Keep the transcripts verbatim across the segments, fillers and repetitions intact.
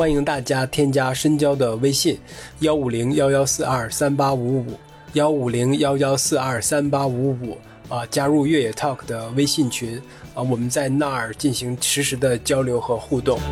欢迎大家添加深交的微信幺五零幺幺四二三八五五幺五零幺幺四二三八五五啊，加入越野 Talk 的微信群啊，我们在那儿进行实时的交流和互动。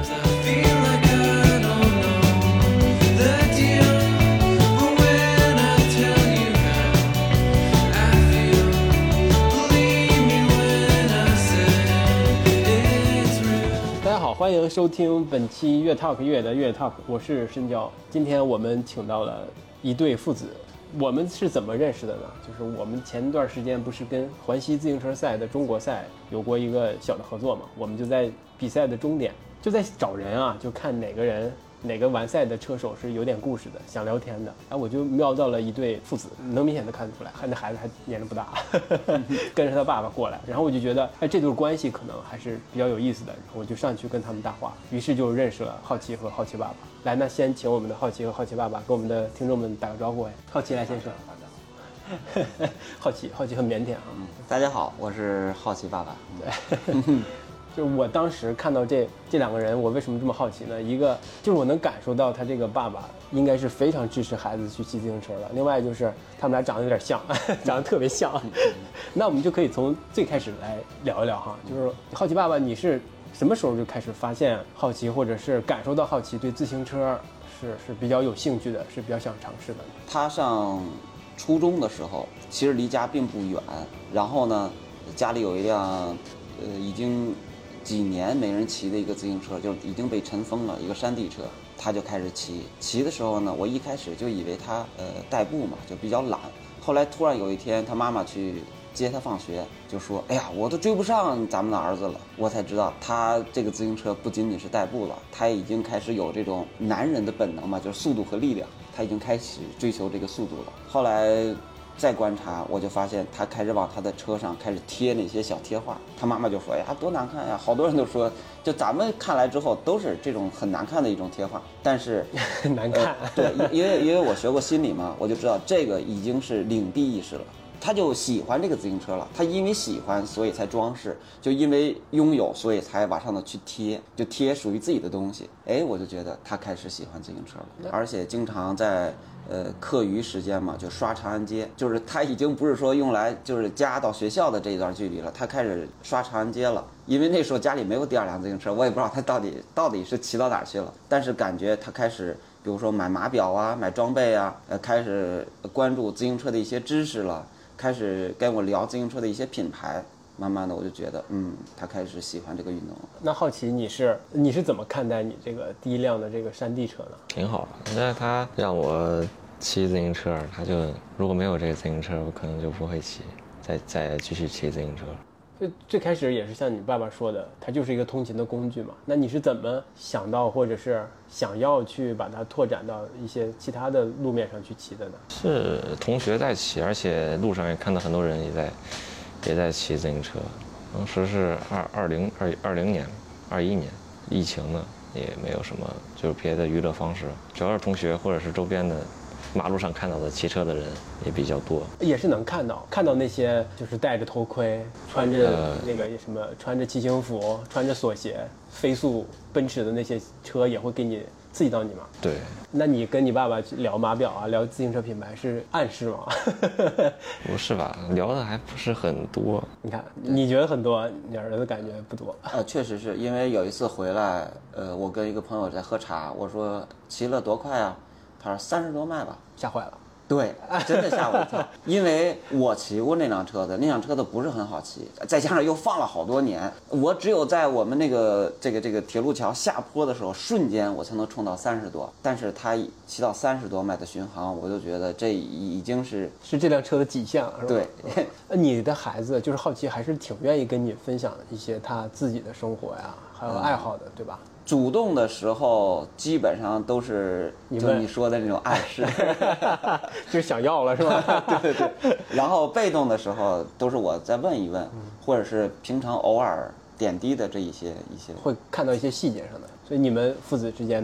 欢迎收听本期越 Talk 越野的越 Talk， 我是申交。今天我们请到了一对父子，我们是怎么认识的呢？就是我们前段时间不是跟环西自行车赛的中国赛有过一个小的合作嘛？我们就在比赛的终点就在找人啊，就看哪个人哪个完赛的车手是有点故事的，想聊天的。哎，我就瞄到了一对父子，能明显的看得出来，那孩子还年龄不大，跟着他爸爸过来，然后我就觉得，哎，这对关系可能还是比较有意思的，然后我就上去跟他们搭话，于是就认识了好奇和好奇爸爸。来，那先请我们的好奇和好奇爸爸跟我们的听众们打个招呼。哎，好奇来先生。好奇，好奇很腼腆啊。 嗯，大家好，我是好奇爸爸。 对。就是我当时看到这这两个人，我为什么这么好奇呢？一个就是我能感受到他这个爸爸应该是非常支持孩子去骑自行车的，另外就是他们俩长得有点像，长得特别像。那我们就可以从最开始来聊一聊哈，就是好奇爸爸，你是什么时候就开始发现好奇，或者是感受到好奇对自行车是是比较有兴趣的，是比较想尝试的？ 他上初中的时候，其实离家并不远，然后呢，家里有一辆呃已经几年没人骑的一个自行车，就已经被尘封了一个山地车，他就开始骑。骑的时候呢，我一开始就以为他呃代步嘛，就比较懒。后来突然有一天，他妈妈去接他放学，就说：“哎呀，我都追不上咱们的儿子了。”我才知道，他这个自行车不仅仅是代步了，他已经开始有这种男人的本能嘛，就是速度和力量，他已经开始追求这个速度了。后来再观察，我就发现他开始往他的车上开始贴那些小贴画。他妈妈就说：“哎呀，多难看呀！”好多人都说，就咱们看来之后都是这种很难看的一种贴画。但是难看、 呃，对，因为因为我学过心理嘛，我就知道这个已经是领地意识了。他就喜欢这个自行车了，他因为喜欢，所以才装饰；就因为拥有，所以才往上头去贴，就贴属于自己的东西。哎，我就觉得他开始喜欢自行车了，而且经常在呃课余时间嘛，就刷长安街，就是他已经不是说用来就是家到学校的这一段距离了，他开始刷长安街了。因为那时候家里没有第二辆自行车，我也不知道他到底到底是骑到哪儿去了，但是感觉他开始比如说买码表啊，买装备啊，呃，开始关注自行车的一些知识了。开始跟我聊自行车的一些品牌，慢慢的我就觉得，嗯，他开始喜欢这个运动了。 那好奇你是你是怎么看待你这个第一辆的这个山地车呢？ 挺好的，那他让我骑自行车，他就如果没有这个自行车，我可能就不会骑，再再继续骑自行车。 最最开始也是像你爸爸说的，它就是一个通勤的工具嘛。那你是怎么想到或者是想要去把它拓展到一些其他的路面上去骑的呢？ 是同学在骑，而且路上也看到很多人也在也在骑自行车。当时是二二零二二零年二一年，疫情呢也没有什么就是别的娱乐方式，主要是同学或者是周边的马路上看到的骑车的人也比较多， 也是能看到看到那些就是戴着头盔，穿着那个什么、呃、穿着骑行服，穿着锁鞋飞速奔驰的那些车也会给你刺激到你吗？ 对。 那你跟你爸爸聊码表啊，聊自行车品牌是暗示吗？ 不是吧，聊的还不是很多。 你看你觉得很多，你儿子感觉不多。 呃，确实是因为有一次回来，呃，我跟一个朋友在喝茶，我说骑了多快啊？他说三十多迈吧， 吓坏了。 对，真的吓我一跳，因为我骑过那辆车子，那辆车子不是很好骑，再加上又放了好多年，我只有在我们那个这个这个铁路桥下坡的时候，瞬间我才能冲到三十多，但是他骑到三十多迈的巡航，我就觉得这已经是是这辆车的极限了，是吧？ 对， 你的孩子就是好奇，还是挺愿意跟你分享一些他自己的生活呀，还有爱好的，嗯、对吧？ 主动的时候基本上都是就你说的那种暗示， 就是想要了是吧？ 对对对。然后被动的时候都是我再问一问，嗯、或者是平常偶尔点滴的这一些一些， 会看到一些细节上的。所以你们父子之间的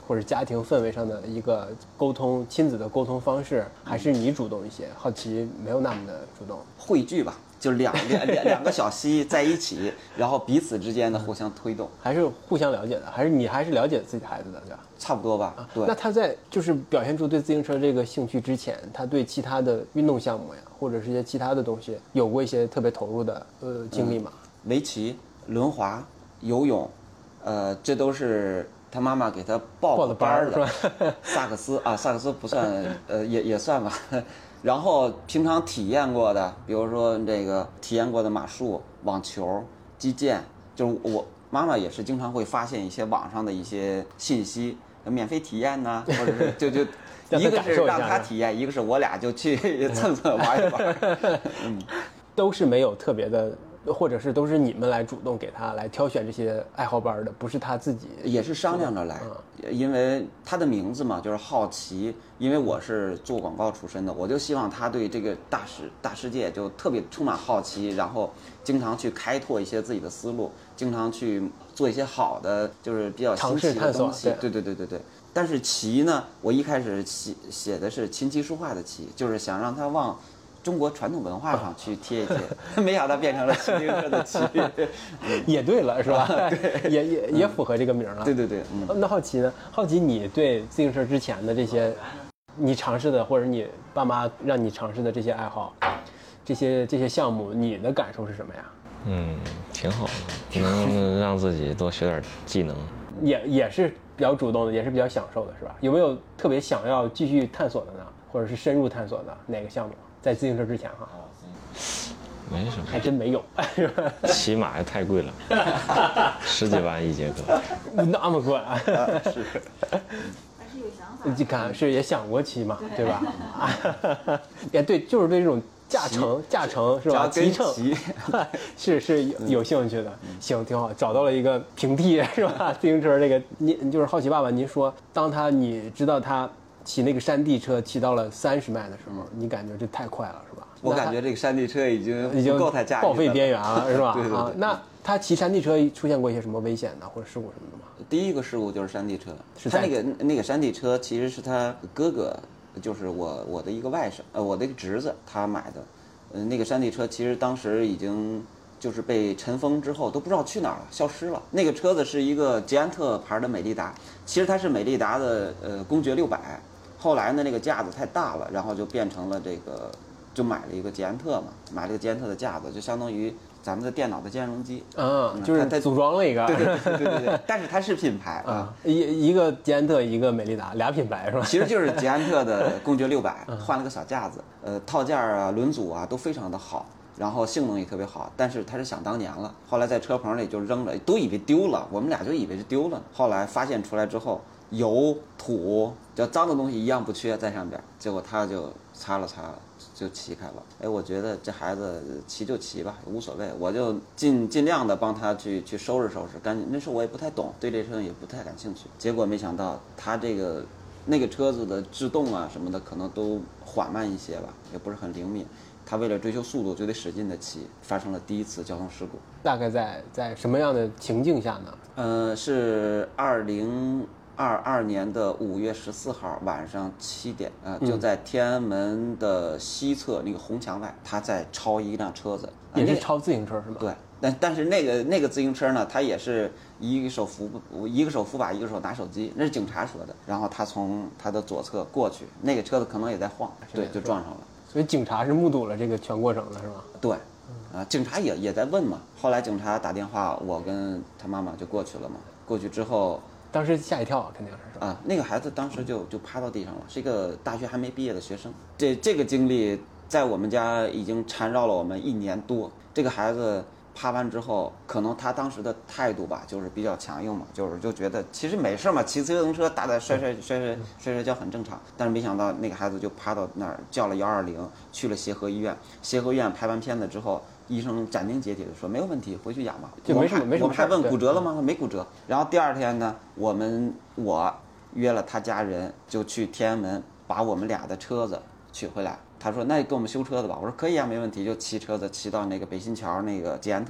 或者家庭氛围上的一个沟通，亲子的沟通方式，还是你主动一些？好奇没有那么的主动。 汇聚吧，就两两两两个小溪在一起，然后彼此之间的互相推动， 还是互相了解的，还是你还是了解自己孩子的，对吧？ 差不多吧。 啊， 对。 那他在就是表现出对自行车这个兴趣之前，他对其他的运动项目呀，或者是一些其他的东西，有过一些特别投入的呃经历吗？ 嗯、围棋、轮滑、游泳，呃，这都是他妈妈给他报报的班的。萨克斯啊，萨克斯不算，呃，也也算吧。然后平常体验过的，比如说这个体验过的马术、网球、击剑，就是我妈妈也是经常会发现一些网上的一些信息，免费体验呐，或者是就就一个是让他体验，一个是我俩就去蹭蹭玩一玩。嗯， 都是没有特别的。或者是都是你们来主动给他来挑选这些爱好班的，不是他自己， 也是商量着来。嗯、因为他的名字嘛，就是好奇。因为我是做广告出身的，我就希望他对这个大世大世界就特别充满好奇，然后经常去开拓一些自己的思路，经常去做一些好的，就是比较新奇的东西。对对对对对。但是棋呢，我一开始写写的是琴棋书画的棋，就是想让他往中国传统文化上去贴一贴，没想到变成了骑自行车的骑， 也对了是吧？对，也也也符合这个名了。 对对对， 嗯。那好奇呢？好奇你对自行车之前的这些，你尝试的或者你爸妈让你尝试的这些爱好，这些这些项目，你的感受是什么呀？ 嗯，挺好的，能让自己多学点技能。 也也是比较主动的，也是比较享受的，是吧？有没有特别想要继续探索的呢？或者是深入探索的哪个项目？在自行车之前哈， 没什么， 还真没有，是吧？ 骑马也太贵了，十几万一节课， 那么贵啊！ 是，还是有想法。 你看，是也想过骑嘛，对吧？也对，就是对这种驾乘、驾乘是吧？骑乘是是有有兴趣的。行，挺好，找到了一个平替是吧？自行车这个，您就是好奇爸爸，您说，当他你知道他骑那个山地车骑到了三十迈的时候，你感觉这太快了是吧？ 我感觉这个山地车已经已经够他驾驭报废边缘了是吧？ 对对对。 啊，那他骑山地车出现过一些什么危险的或者事故什么的吗？ 第一个事故就是山地车， 是他那个那个山地车其实是他哥哥，就是我我的一个外甥，呃，我的一个侄子他买的，呃，那个山地车其实当时已经就是被尘封之后都不知道去哪儿了，消失了。那个车子是一个捷安特牌的美利达，其实它是美利达的呃公爵六百。后来呢，那个架子太大了，然后就变成了这个，就买了一个捷安特嘛，买了一个捷安特的架子，就相当于咱们的电脑的兼容机。 啊，就是它组装了一个。 对对对对对对。但是它是品牌啊， 一一个捷安特，一个美利达，俩品牌是吧？ 其实就是捷安特的公爵六百，换了个小架子，呃，套件啊、轮组啊都非常的好，然后性能也特别好。但是它是想当年了，后来在车棚里就扔了，都以为丢了，我们俩就以为是丢了。后来发现出来之后。油土就脏的东西一样不缺在上边，结果他就擦了擦就骑开了。哎，我觉得这孩子骑就骑吧，无所谓，我就尽尽量的帮他去去收拾收拾干净。那时候我也不太懂，对这车也不太感兴趣。结果没想到他这个那个车子的制动啊什么的可能都缓慢一些吧，也不是很灵敏。他为了追求速度就得使劲的骑，发生了第一次交通事故。 大概在在什么样的情境下呢？ 呃，是二零。二二年的五月十四号晚上七点，呃，就在天安门的西侧那个红墙外，他在超一辆车子， 也是超自行车是吗？ 对，但但是那个那个自行车呢，他也是一个手扶一个手扶把，一个手拿手机，那是警察说的。然后他从他的左侧过去，那个车子可能也在晃，对，就撞上了。 所以警察是目睹了这个全过程的是吗？ 对，啊，警察也也在问嘛。后来警察打电话，我跟他妈妈就过去了嘛。过去之后。 当时吓一跳，肯定是啊，那个孩子当时就就趴到地上了，是一个大学还没毕业的学生。这这个经历在我们家已经缠绕了我们一年多。这个孩子趴完之后，可能他当时的态度吧，就是比较强硬嘛，就是就觉得其实没事嘛，骑自行车打打摔摔摔摔摔摔跤很正常。但是没想到那个孩子就趴到那儿，叫了幺二零，去了协和医院。协和医院拍完片子之后。医生斩钉截铁的说没有问题，回去养吧。 就没什么没什么。 我们还问骨折了吗？没骨折。然后第二天呢，我们我约了他家人，就去天安门把我们俩的车子取回来。他说那你给我们修车子吧。我说可以啊，没问题。就骑车子骑到那个北新桥那个捷安特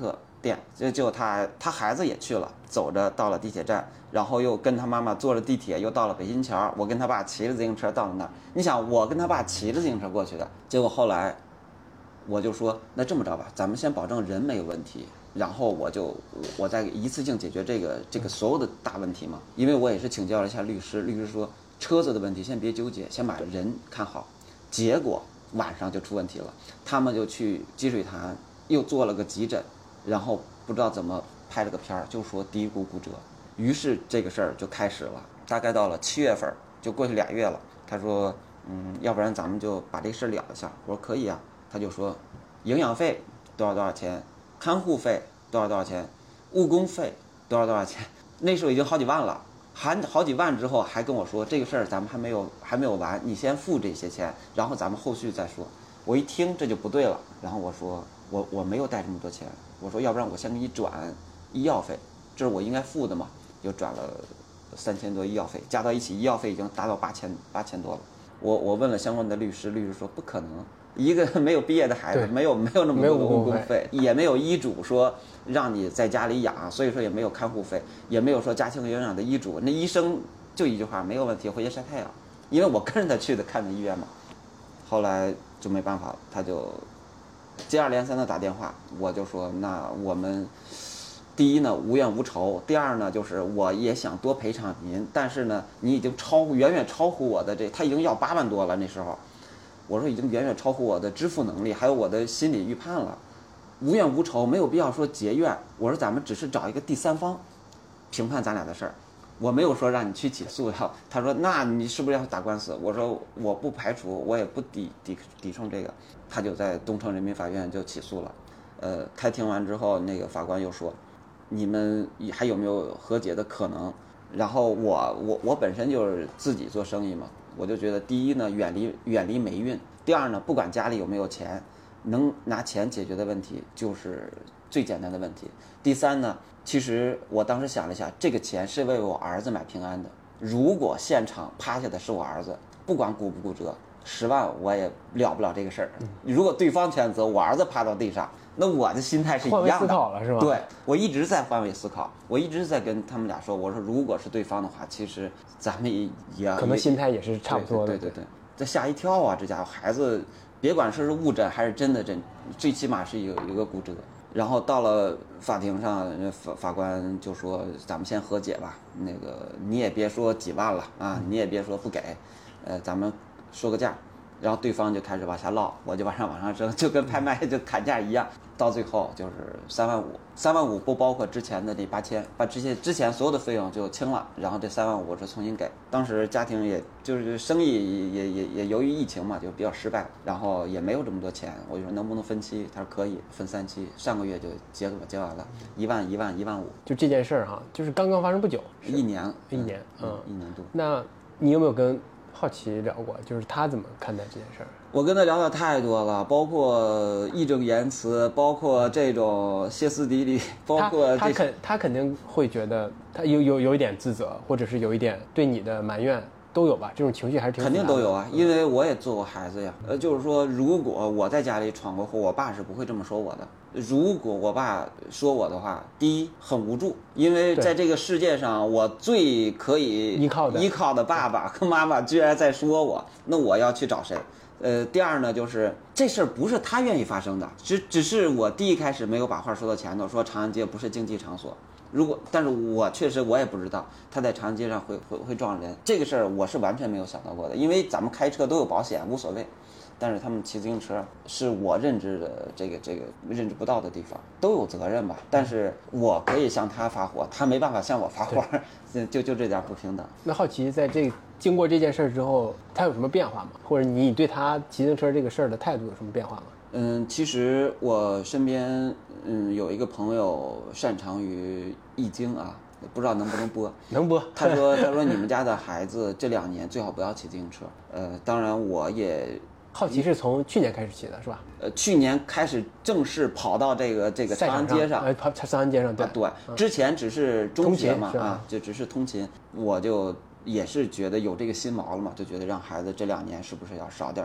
店，就就他他孩子也去了，走着到了地铁站，然后又跟他妈妈坐着地铁又到了北新桥，我跟他爸骑着自行车到了那儿。你想我跟他爸骑着自行车过去的，结果后来我就说那这么着吧，咱们先保证人没有问题，然后我就我再一次性解决这个这个所有的大问题嘛。因为我也是请教了一下律师，律师说车子的问题先别纠结，先把人看好。结果晚上就出问题了，他们就去积水潭又做了个急诊，然后不知道怎么拍了个片儿，就说骶骨骨折。于是这个事儿就开始了，大概到了七月份，就过去俩月了。他说，嗯，要不然咱们就把这事儿了一下。我说可以啊。他就说，营养费多少多少钱，看护费多少多少钱，误工费多少多少钱。那时候已经好几万了，含好几万之后还跟我说这个事儿咱们还没有还没有完，你先付这些钱，然后咱们后续再说。我一听这就不对了，然后我说我我没有带这么多钱，我说要不然我先给你转医药费，这是我应该付的嘛，就转了三千多医药费，加到一起医药费已经达到八千八千多了。我我问了相关的律师，律师说不可能，一个没有毕业的孩子，没有没有那么多的误工费，也没有医嘱说让你在家里养，所以说也没有看护费，也没有说家庭营养的医嘱。那医生就一句话，没有问题，回去晒太阳。因为我跟着他去的，看的医院嘛。后来就没办法了，他就接二连三的打电话，我就说那我们第一呢无怨无仇，第二呢就是我也想多赔偿您，但是呢你已经超乎远远超乎我的这，他已经要八万多了那时候。我说已经远远超乎我的支付能力，还有我的心理预判了，无怨无仇，没有必要说结怨。我说咱们只是找一个第三方评判咱俩的事儿，我没有说让你去起诉他。他说那你是不是要打官司？我说我不排除，我也不抵抵抵触这个。他就在东城人民法院就起诉了。呃，开庭完之后，那个法官又说，你们还有没有和解的可能？然后我我我本身就是自己做生意嘛。我就觉得，第一呢，远离远离霉运；第二呢，不管家里有没有钱，能拿钱解决的问题就是最简单的问题。第三呢，其实我当时想了一下，这个钱是为我儿子买平安的。如果现场趴下的是我儿子，不管骨不骨折，十万我也了不了这个事儿。如果对方全责，我儿子趴到地上，那我的心态是一样的。 换位思考了是吧？ 对，我一直在换位思考，我一直在跟他们俩说，我说如果是对方的话，其实咱们也也可能心态也是差不多的。 对对 对, 对，这吓一跳啊！这家伙孩子，别管说是误诊还是真的诊，最起码是有有个骨折。然后到了法庭上，法法官就说：“咱们先和解吧，那个你也别说几万了啊，你也别说不给，呃，咱们说个价。”然后对方就开始往下唠，我就往上往上升，就跟拍卖就砍价一样，到最后就是三万五，三万五不包括之前的那八千，把之前之前所有的费用就清了，然后这三万五是重新给。当时家庭也就是生意也也也由于疫情嘛，就比较失败，然后也没有这么多钱，我就说能不能分期？他说可以，分三期，上个月就结我结完了，一万一万一万五。 就这件事儿哈，就是刚刚发生不久， 一年一年，嗯， 一年多。 那你有没有跟好奇聊过，就是他怎么看待这件事儿？ 我跟他聊的太多了，包括义正言辞，包括这种歇斯底里，包括他他肯他肯定会觉得他有有有一点自责，或者是有一点对你的埋怨都有吧？这种情绪还是挺肯定都有啊，因为我也做过孩子呀。呃，就是说，如果我在家里闯过祸，我爸是不会这么说我的。如果我爸说我的话，第一很无助，因为在这个世界上，我最可以依靠的依靠的爸爸和妈妈居然在说我，那我要去找谁？呃，第二呢，就是这事儿不是他愿意发生的，只只是我第一开始没有把话说到前头，说长安街不是竞技场所。如果，但是我确实我也不知道他在长安街上会会会撞人，这个事儿我是完全没有想到过的，因为咱们开车都有保险，无所谓。但是他们骑自行车是我认知的这个这个认知不到的地方，都有责任吧。但是我可以向他发火，他没办法向我发火，就就这点不平等。 那好奇在这经过这件事之后，他有什么变化吗？或者你对他骑自行车这个事儿的态度有什么变化吗？ 嗯，其实我身边嗯有一个朋友擅长于易经啊，不知道能不能播？ 能播。 他说他说你们家的孩子这两年最好不要骑自行车。呃，当然我也。 好奇是从去年开始骑的是吧？ 呃，去年开始正式跑到这个这个长安街上， 呃，跑长安街上，对、 啊、对、嗯，之前只是中学嘛啊，就只是通勤，我就也是觉得有这个心毛了嘛，就觉得让孩子这两年是不是要少点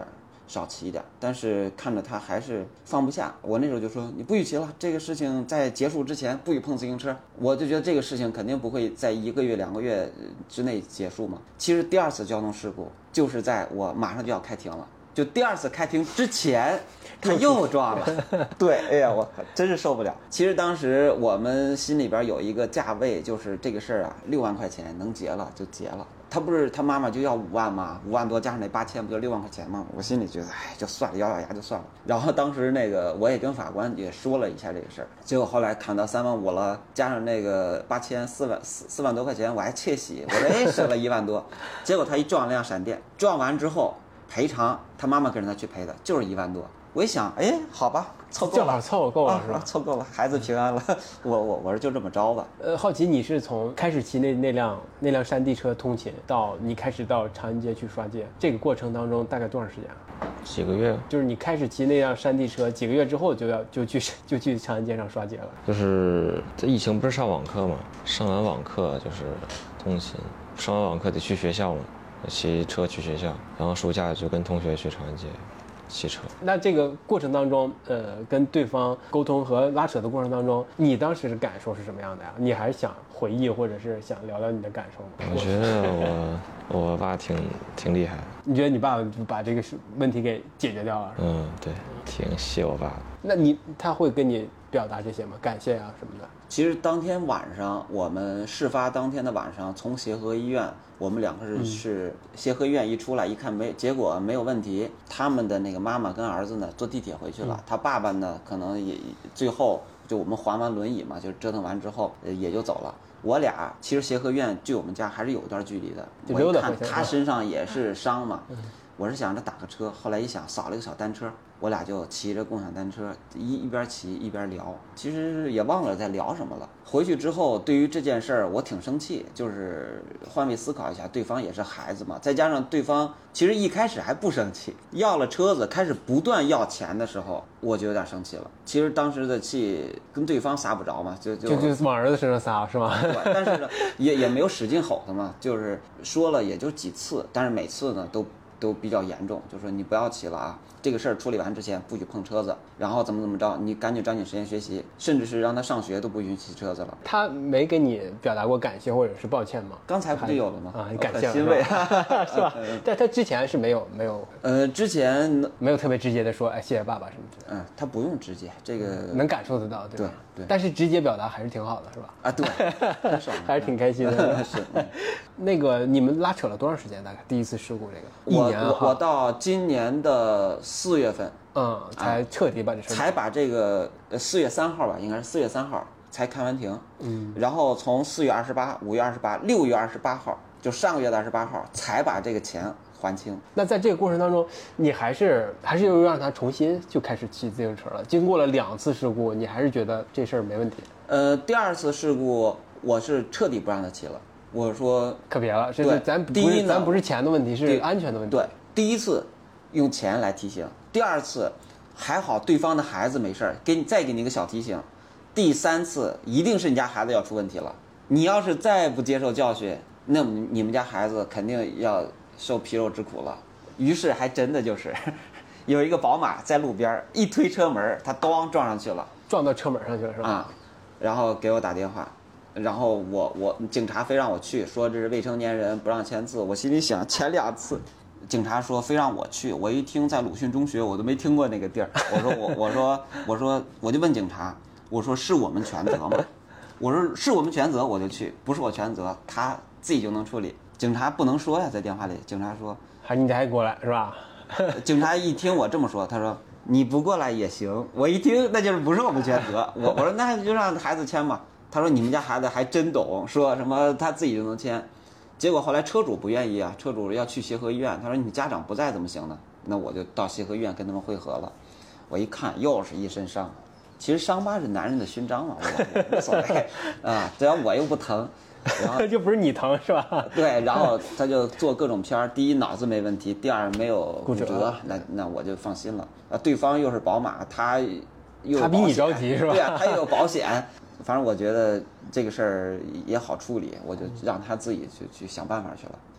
少骑一点，但是看着他还是放不下。我那时候就说你不许骑了，这个事情在结束之前不许碰自行车。我就觉得这个事情肯定不会在一个月两个月之内结束嘛。其实第二次交通事故就是在我马上就要开庭了，就第二次开庭之前他又撞了。对，哎呀，我真是受不了。其实当时我们心里边有一个价位，就是这个事儿啊，六万块钱能结了就结了。他不是他妈妈就要五万吗？五万多加上那八千，不就六万块钱吗？我心里觉得，哎，就算了，咬咬牙就算了。然后当时那个我也跟法官也说了一下这个事儿，结果后来砍到三万五了，加上那个八千，四万四四万多块钱，我还窃喜，我说哎省了一万多。结果他一撞辆闪电，撞完之后赔偿他妈妈跟着他去赔的，就是一万多。我一想，哎，好吧，凑够了， 正好凑够了、啊、是吧？ 凑够了，孩子平安了。我我我说就这么着吧。 呃，好奇你是从开始骑那那辆那辆山地车通勤，到你开始到长安街去刷街，这个过程当中大概多长时间？ 几个月。 就是你开始骑那辆山地车，几个月之后就要就去就去长安街上刷街了。 就是这疫情不是上网课嘛，上完网课就是通勤，上完网课得去学校嘛，骑车去学校，然后暑假就跟同学去长安街骑车。 那这个过程当中，呃，跟对方沟通和拉扯的过程当中，你当时的感受是什么样的呀？你还想回忆，或者是想聊聊你的感受吗？ 我觉得我我爸挺挺厉害的。 你觉得你爸把这个问题给解决掉了？ 嗯，对，挺谢我爸的。 那你他会跟你表达这些吗？感谢啊什么的？ 其实当天晚上，我们事发当天的晚上，从协和医院，我们两个是、嗯、是协和医院一出来一看没，结果没有问题。他们的那个妈妈跟儿子呢，坐地铁回去了。嗯、他爸爸呢，可能也最后就我们还完轮椅嘛，就折腾完之后也就走了。我俩其实协和医院距我们家还是有一段距离的。我一看他身上也是伤嘛，嗯、我是想着打个车，后来一想扫了一个小单车。我俩就骑着共享单车，一一边骑一边聊，其实也忘了在聊什么了。回去之后，对于这件事儿，我挺生气，就是换位思考一下，对方也是孩子嘛，再加上对方其实一开始还不生气，要了车子开始不断要钱的时候，我就有点生气了。其实当时的气跟对方撒不着嘛，就就就就往儿子身上撒是吗？ 对，但是呢，也也没有使劲吼他嘛，就是说了也就几次，但是每次呢都。都比较严重，就说你不要骑了啊！这个事儿处理完之前不许碰车子，然后怎么怎么着，你赶紧抓紧时间学习，甚至是让他上学都不允许骑车子了。 他没给你表达过感谢或者是抱歉吗？ 刚才不就有了吗？ 啊，感谢了， 欣慰是吧？但他之前是没有没有， 呃，之前没有特别直接的说，哎，谢谢爸爸什么的。 嗯，他不用直接，这个能感受得到，对吧？ 对对。 但是直接表达还是挺好的，是吧？ 啊，对，很爽， 还是挺开心的。 是。 那个你们拉扯了多长时间？大概第一次事故这个？ 我一年我我到今年的四月份， 嗯，才彻底把这事、 啊、才把这个四月三号吧，应该是四月三号才开完庭，嗯，然后从四月二十八、五月二十八、六月二十八号，就上个月的二十八号才把这个钱还清。 那在这个过程当中，你还是还是又让他重新就开始骑自行车了。经过了两次事故，你还是觉得这事儿没问题？ 呃，第二次事故我是彻底不让他骑了。我说可别了，这是咱第一咱不是钱的问题，是安全的问题。 对，第一次用钱来提醒，第二次还好对方的孩子没事儿，给你再给你一个小提醒，第三次一定是你家孩子要出问题了。你要是再不接受教训，那你们家孩子肯定要受皮肉之苦了。于是还真的就是有一个宝马在路边一推车门，他咣撞上去了， 撞到车门上去了是吧？ 啊，然后给我打电话。然后我我警察非让我去，说这是未成年人不让签字。我心里想，前两次警察说非让我去，我一听在鲁迅中学，我都没听过那个地儿。我说我我说我说我就问警察，我说是我们全责吗？我说是我们全责我就去，不是我全责他自己就能处理。警察不能说呀，在电话里，警察说还你得过来是吧？ 警察一听我这么说，他说你不过来也行。我一听那就是不是我们全责，我我说那就让孩子签吧。他说你们家孩子还真懂，说什么他自己就能签。结果后来车主不愿意啊，车主要去协和医院，他说你家长不在怎么行呢？那我就到协和医院跟他们会合了。我一看又是一身伤，其实伤疤是男人的勋章嘛，我无所谓啊，只要我又不疼，然后就不是你疼是吧？ 对，然后他就做各种片儿，第一脑子没问题，第二没有骨折， 骨折那那我就放心了啊。对方又是宝马，他又他比你着急是吧？ 对啊，他又有保险。反正我觉得这个事儿也好处理，我就让他自己去去想办法去了。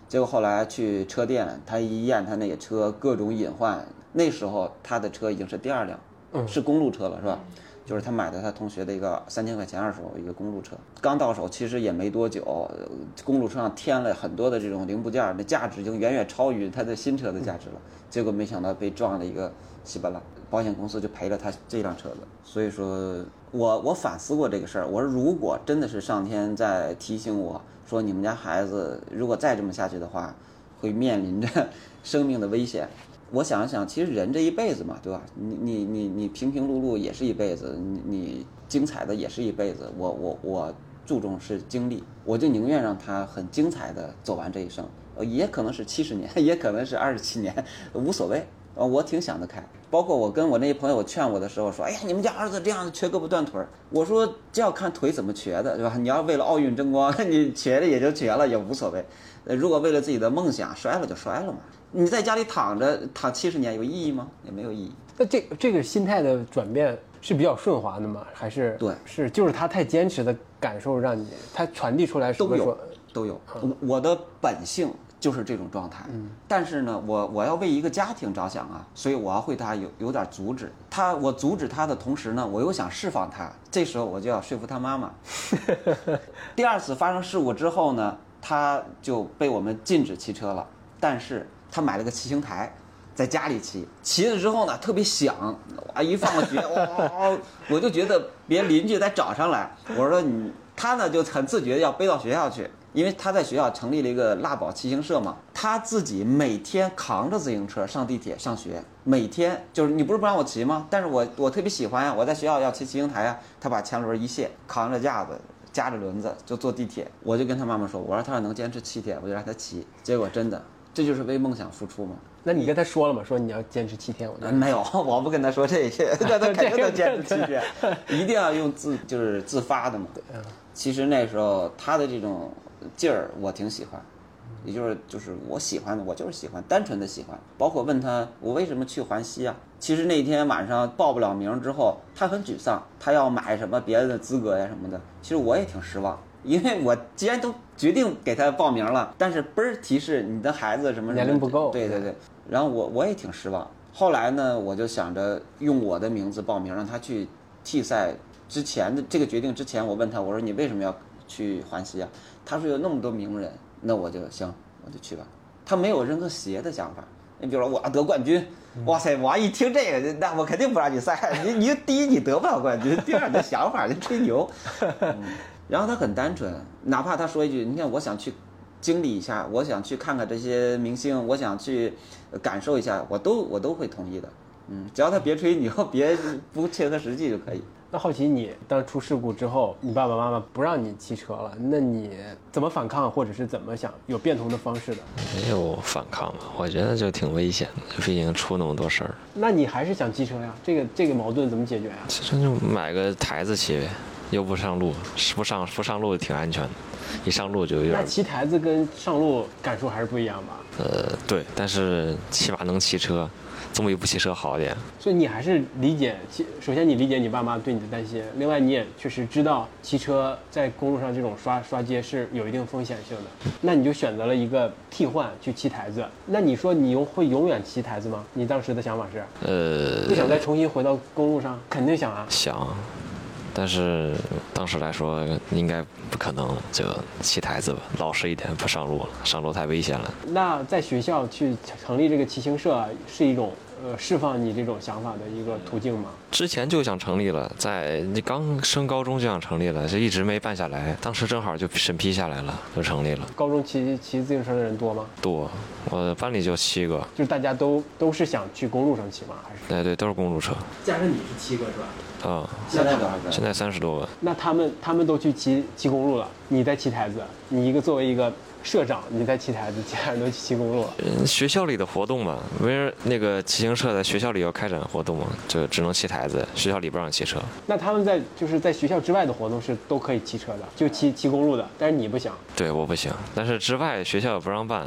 结果后来去车店，他一验他那个车各种隐患，那时候他的车已经是第二辆，是公路车了，是吧？就是他买的他同学的一个三千块钱二手一个公路车，刚到手其实也没多久，公路车上添了很多的这种零部件，那价值已经远远超于他的新车的价值了。结果没想到被撞了一个稀巴烂，保险公司就赔了他这辆车子。所以说我我反思过这个事儿，我说如果真的是上天在提醒我说你们家孩子如果再这么下去的话，会面临着生命的危险。我想想，其实人这一辈子嘛，对吧？你你你你平平碌碌也是一辈子，你你精彩的也是一辈子。我我我注重是经历，我就宁愿让他很精彩的走完这一生，也可能是七十年，也可能是二十七年，无所谓。呃，我挺想得开。包括我跟我那些朋友劝我的时候说，哎呀，你们家儿子这样缺胳膊断腿儿，我说这要看腿怎么瘸的，对吧？你要为了奥运争光，你瘸了也就瘸了，也无所谓。呃，如果为了自己的梦想摔了就摔了嘛。你在家里躺着躺七十年有意义吗？也没有意义。 那这这个心态的转变是比较顺滑的吗？还是对， 是就是他太坚持的感受让你他传递出来都有都有。我的本性就是这种状态，嗯，但是呢，我我要为一个家庭着想啊，所以我要会他有有点阻止他，我阻止他的同时呢，我又想释放他，这时候我就要说服他妈妈。第二次发生事故之后呢，他就被我们禁止骑车了，但是他买了个骑行台，在家里骑，骑了之后呢，特别响，哇，一放了学，哇，我就觉得别邻居再找上来，我说你，他呢就很自觉要背到学校去。因为他在学校成立了一个辣宝骑行社嘛，他自己每天扛着自行车上地铁上学，每天就是你不是不让我骑吗？但是我我特别喜欢呀，我在学校要骑骑行台呀，他把前轮一卸，扛着架子夹着轮子就坐地铁，我就跟他妈妈说，我说他要能坚持七天，我就让他骑，结果真的，这就是为梦想付出嘛。 那你跟他说了吗？说你要坚持七天？我觉得没有，我不跟他说这些，那他肯定能坚持七天，一定要用自就是自发的嘛。其实那时候他的这种劲儿我挺喜欢，也就是就是我喜欢的，我就是喜欢，单纯的喜欢。包括问他我为什么去环西啊？其实那天晚上报不了名之后，他很沮丧，他要买什么别的资格呀什么的。其实我也挺失望，因为我既然都决定给他报名了，但是嘣儿提示你的孩子什么什么年龄不够， 对对对。然后我我也挺失望。后来呢，我就想着用我的名字报名，让他去替赛。之前的这个决定之前，我问他，我说你为什么要去环西啊？他说有那么多名人，那我就行，我就去吧。他没有任何邪的想法。你比如说我要得冠军，哇塞，我一听这个，那我肯定不让你赛。你你第一你得不了冠军，第二你的想法就吹牛。嗯，然后他很单纯，哪怕他说一句，你看我想去经历一下，我想去看看这些明星，我想去感受一下，我都我都会同意的。嗯，只要他别吹牛，别不切合实际就可以。 那好奇你当出事故之后，你爸爸妈妈不让你骑车了，那你怎么反抗，或者是怎么想有变通的方式的？ 没有反抗嘛，我觉得就挺危险的，毕竟出那么多事儿。 那你还是想骑车呀？这个这个矛盾怎么解决呀？ 其实就买个台子骑呗，又不上路，不上不上路挺安全的，一上路就有点。 那骑台子跟上路感受还是不一样吧？ 呃，对，但是起码能骑车。总比不骑车好一点， 所以你还是理解，首先你理解你爸妈对你的担心，另外你也确实知道骑车在公路上这种刷刷街是有一定风险性的，那你就选择了一个替换去骑台子。那你说你会永远骑台子吗？你当时的想法是？ 呃， 不想再重新回到公路上？肯定想啊。 想，但是当时来说应该不可能，就骑台子吧，老实一点，不上路了，上路太危险了。 那在学校去成立这个骑行社是一种呃释放你这种想法的一个途径吗？ 之前就想成立了，在你刚升高中就想成立了，就一直没办下来。当时正好就审批下来了，就成立了。 高中骑骑自行车的人多吗？ 多，我班里就七个。 就是大家都都是想去公路上骑吗？还是？ 对对，都是公路车。 加上你是七个是吧？ 啊、 嗯，现在多少个？ 现在三十多个。 那他们他们都去骑骑公路了，你在骑台子，你一个作为一个社长，你在骑台子，其他人都去骑公路了。 嗯，学校里的活动嘛，没人那个骑行社在学校里要开展活动嘛，就只能骑台子，学校里不让骑车。 那他们在就是在学校之外的活动是都可以骑车的，就骑骑公路的，但是你不行。 对，我不行，但是之外学校也不让办。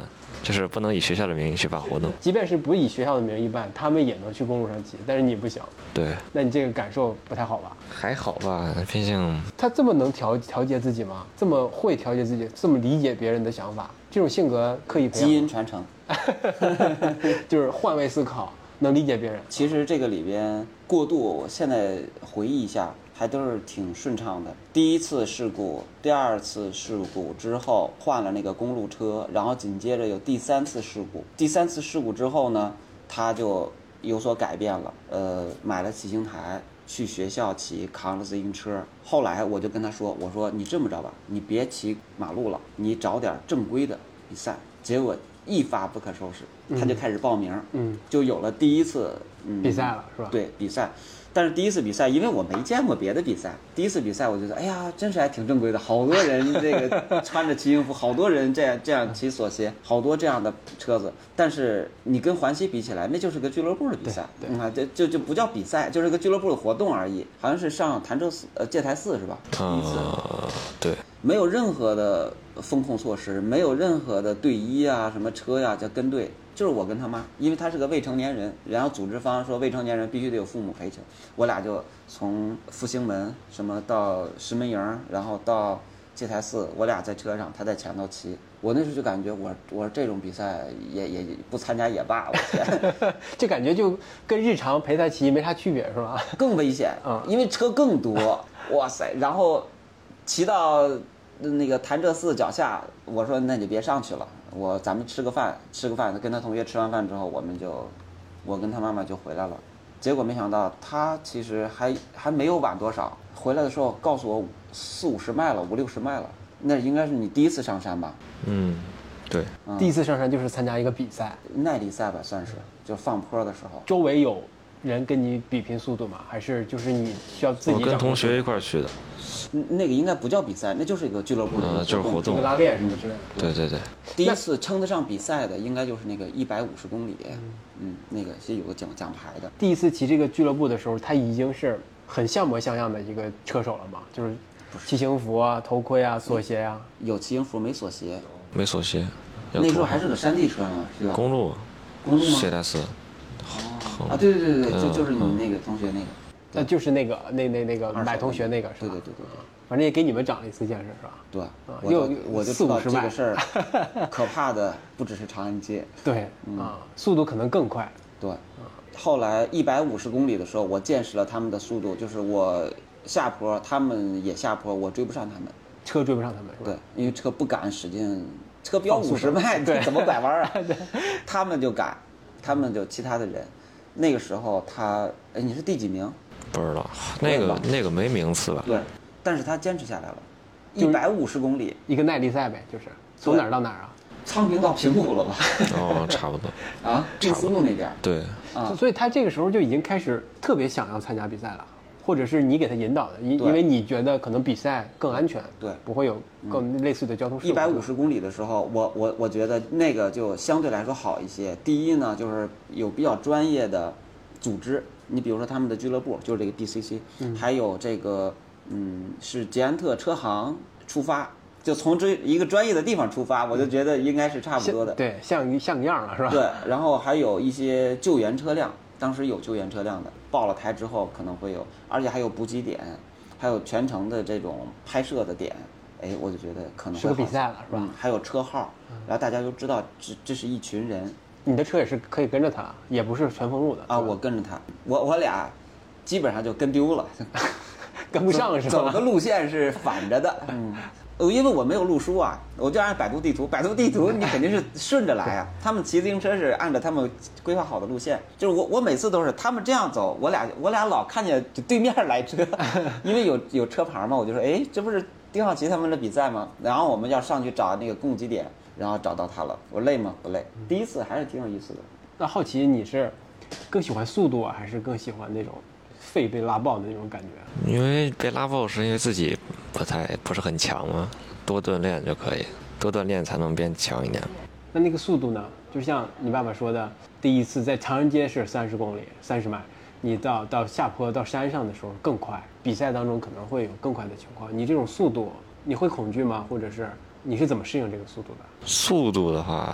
就是不能以学校的名义去办活动。 即便是不以学校的名义办，他们也能去公路上骑，但是你不行。 对， 那你这个感受不太好吧？ 还好吧，毕竟他这么能调调节自己吗？这么会调节自己，这么理解别人的想法，这种性格可以培养。 基因传承， 就是换位思考，能理解别人。 其实这个里边过渡，我现在回忆一下，还都是挺顺畅的。第一次事故，第二次事故之后换了那个公路车，然后紧接着有第三次事故。第三次事故之后呢，他就有所改变了，呃，买了骑行台，去学校骑，扛着自行车。后来我就跟他说，我说你这么着吧，你别骑马路了，你找点正规的比赛。结果一发不可收拾，他就开始报名， 嗯， 就有了第一次、嗯、 比赛了，是吧？ 对，比赛。但是第一次比赛，因为我没见过别的比赛，第一次比赛我觉得，哎呀，真是还挺正规的，好多人这个穿着骑行服，好多人这样这样骑锁鞋，好多这样的车子。但是你跟环西比起来，那就是个俱乐部的比赛， 对，对嗯，就就就不叫比赛，就是个俱乐部的活动而已。好像是上潭柘寺呃戒台寺是吧？第一次， 呃，对， 没有任何的风控措施，没有任何的队医啊，什么车呀、啊、叫跟队。就是我跟他妈，因为他是个未成年人，然后组织方说未成年人必须得有父母陪同，我俩就从复兴门什么到石门营，然后到戒台寺，我俩在车上，他在前头骑。我那时候就感觉我我说这种比赛也也不参加也罢，我天， 就感觉就跟日常陪他骑没啥区别，是吧？ 更危险啊，因为车更多，哇塞，然后骑到那个潭柘寺脚下，我说那就别上去了。我咱们吃个饭，吃个饭，跟他同学吃完饭之后，我们就，我跟他妈妈就回来了。结果没想到他其实还还没有晚多少，回来的时候告诉我四五十迈了，五六十迈了。那应该是你第一次上山吧？ 嗯，对， 嗯、 第一次上山就是参加一个比赛， 耐力赛吧，算是，就放坡的时候。 周围有人跟你比拼速度吗？还是就是你需要自己？ 我跟同学一块儿去的。 那个应该不叫比赛，那就是一个俱乐部的、 呃，就是活动， 拉练什么之类的。 对对对。 第一次称得上比赛的，应该就是那个一百五十公里，嗯，那个是有个奖奖牌的。 第一次骑这个俱乐部的时候，他已经是很像模像样的一个车手了嘛，就是骑行服啊、头盔啊、锁鞋啊。 有骑行服没锁鞋， 没锁鞋。 那时候还是个山地车嘛，是吧？ 公路， 公路吗？ 谢台寺。 哦，啊，对对对对，就就是你那个同学那个。 那就是那个那那那个买同学那个是吧？ 对对对对对， 反正也给你们长了一次见识是吧？ 对， 啊，又我就知道这个事儿，可怕的不只是长安街。 对啊，速度可能更快。 对，后来一百五十公里的时候，我见识了他们的速度，就是我下坡，他们也下坡，我追不上他们， 车追不上他们是吧？ 对，因为车不敢使劲，车标五十迈， 对， 怎么拐弯啊？他们就敢，他们就其他的人，那个时候他，哎，你是第几名？ 不知道，那个那个没名次吧？ 对，但是他坚持下来了，一百五十公里， 一个耐力赛呗，就是从哪儿到哪儿啊？ 昌平到平谷了吧？ 哦，差不多。 啊，定思路那边。 对。 啊，所以他这个时候就已经开始特别想要参加比赛了，或者是你给他引导的，因因为你觉得可能比赛更安全， 对， 不会有更类似的交通事故。 一百五十公里的时候，我我我觉得那个就相对来说好一些。第一呢，就是有比较专业的组织。你比如说他们的俱乐部就是这个 D C C，、嗯、还有这个嗯是捷安特车行出发，就从这一个专业的地方出发，我就觉得应该是差不多的。 对，像像样了是吧？ 对，然后还有一些救援车辆，当时有救援车辆的，爆了胎之后可能会有，而且还有补给点，还有全程的这种拍摄的点。哎，我就觉得可能会是个比赛了是吧、 嗯？还有车号，然后大家就知道这这是一群人。 你的车也是可以跟着他，也不是全封路的啊。我跟着他，我我俩基本上就跟丢了， 跟不上是吧？ 走的路线是反着的，嗯，因为我没有路书啊，我就按百度地图，百度地图你肯定是顺着来啊。他们骑自行车是按照他们规划好的路线，就是我我每次都是他们这样走，我俩我俩老看见对面来车，因为有有车牌嘛，我就说哎，这不是丁浩奇他们的比赛吗？然后我们要上去找那个供给点。然后找到他了，我累吗？不累。第一次还是挺有意思的。 那好奇你是更喜欢速度啊，还是更喜欢那种肺被拉爆的那种感觉？ 因为被拉爆是因为自己不太不是很强嘛，多锻炼就可以，多锻炼才能变强一点。 那那个速度呢？就像你爸爸说的，第一次在长安街是三十公里，三十迈，你到到下坡到山上的时候更快。比赛当中可能会有更快的情况，你这种速度你会恐惧吗？或者是？你是怎么适应这个速度的？ 速度的话，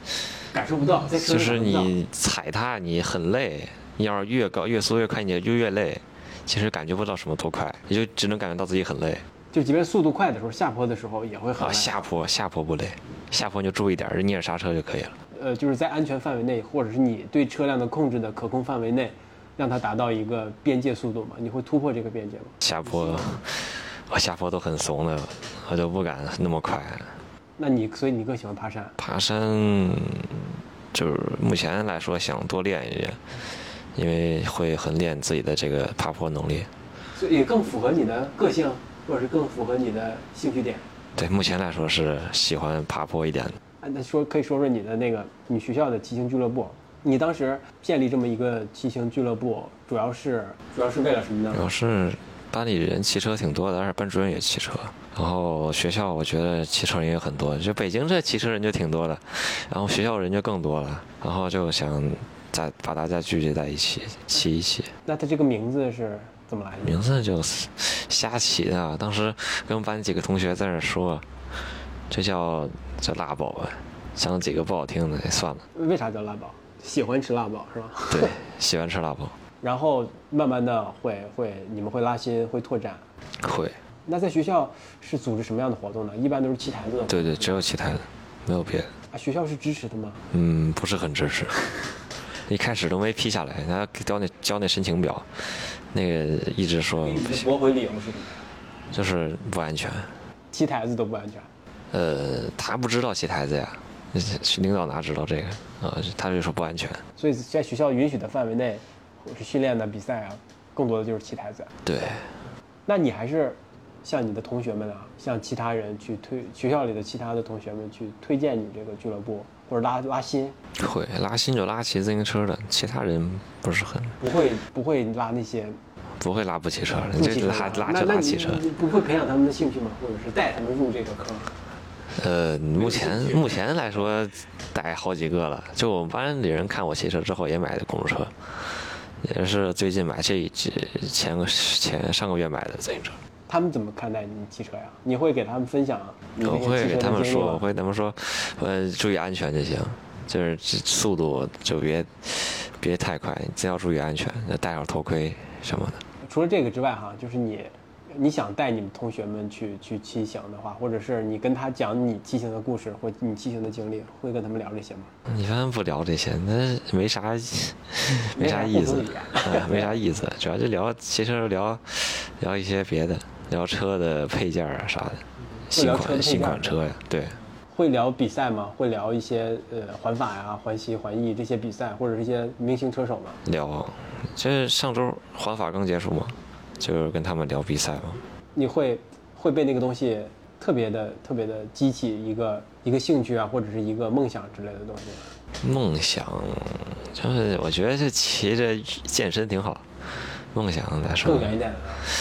感受不到，在车就是上感受不到你踩它你很累，你要是越高越速越快你就越累，其实感觉不到什么多快，也就只能感觉到自己很累。 就即便速度快的时候，下坡的时候也会很啊， 累。 下坡下坡不累，下坡你就注意点，捏着刹车就可以了。 呃，就是在安全范围内，或者是你对车辆的控制的可控范围内，让它达到一个边界速度嘛？你会突破这个边界吗？ 下坡，我下坡都很怂的，我就不敢那么快。 那你所以你更喜欢爬山？ 爬山就是目前来说想多练一练，因为会很练自己的这个爬坡能力。 所以更符合你的个性，或者是更符合你的兴趣点。 对，目前来说是喜欢爬坡一点的。 啊，那说可以说说你的那个你学校的骑行俱乐部，你当时建立这么一个骑行俱乐部，主要是主要是为了什么呢？ 主要是班里人骑车挺多的，而且班主任也骑车。然后学校我觉得骑车人也很多，就北京这骑车人就挺多的，然后学校人就更多了，然后就想再把大家聚集在一起骑一骑。 那它这个名字是怎么来的？ 名字就是瞎起的，当时跟班几个同学在那说，这叫叫辣宝吧，想了几个不好听的，也算了。 为啥叫辣宝？喜欢吃辣宝是吧？ 对，喜欢吃辣宝。 然后慢慢的会会你们会拉新会拓展。 会。 那在学校是组织什么样的活动呢？一般都是骑台子的。 对对，只有骑台子，没有别的。 啊，学校是支持的吗？ 嗯，不是很支持。一开始都没批下来，他交那交那申请表，那个一直说不行。 驳回理由是什么？ 就是不安全。 骑台子都不安全。 呃，他不知道骑台子呀，领导哪知道这个啊？他就说不安全。 所以在学校允许的范围内，或是训练的比赛啊，更多的就是骑台子。 对。 那你还是向你的同学们啊，向其他人去推学校里的其他的同学们去推荐你这个俱乐部，或者拉拉新。 会拉新就拉骑自行车的，其他人不是很。 不会不会拉那些。 不会拉不骑车的，你这拉拉就拉骑车。 你不会培养他们的兴趣吗？或者是带他们入这个坑？ 呃，目前目前来说，带好几个了。就我们班里人看我骑车之后也买的公路车，也是最近买这这前个前上个月买的自行车。 他们怎么看待你骑车呀？你会给他们分享你我会给他们说，我会会跟他们说，呃，注意安全就行，就是速度就别别太快，你只要注意安全，戴好头盔什么的。 除了这个之外，哈，就是你，你想带你们同学们去去骑行的话，或者是你跟他讲你骑行的故事或你骑行的经历，会跟他们聊这些吗？ 一般不聊这些，那没啥，没啥意思，啊，没啥意思。主要就聊骑车，聊聊一些别的，聊车的配件啊啥的，新款新款车呀，对。 会聊比赛吗？会聊一些呃环法呀、环西、环意这些比赛，或者是一些明星车手吗？ 聊，这上周环法刚结束嘛，就是跟他们聊比赛嘛。 你会会被那个东西特别的特别的激起一个一个兴趣啊，或者是一个梦想之类的东西。 梦想就是我觉得这骑着健身挺好，梦想再说。 更远一点的。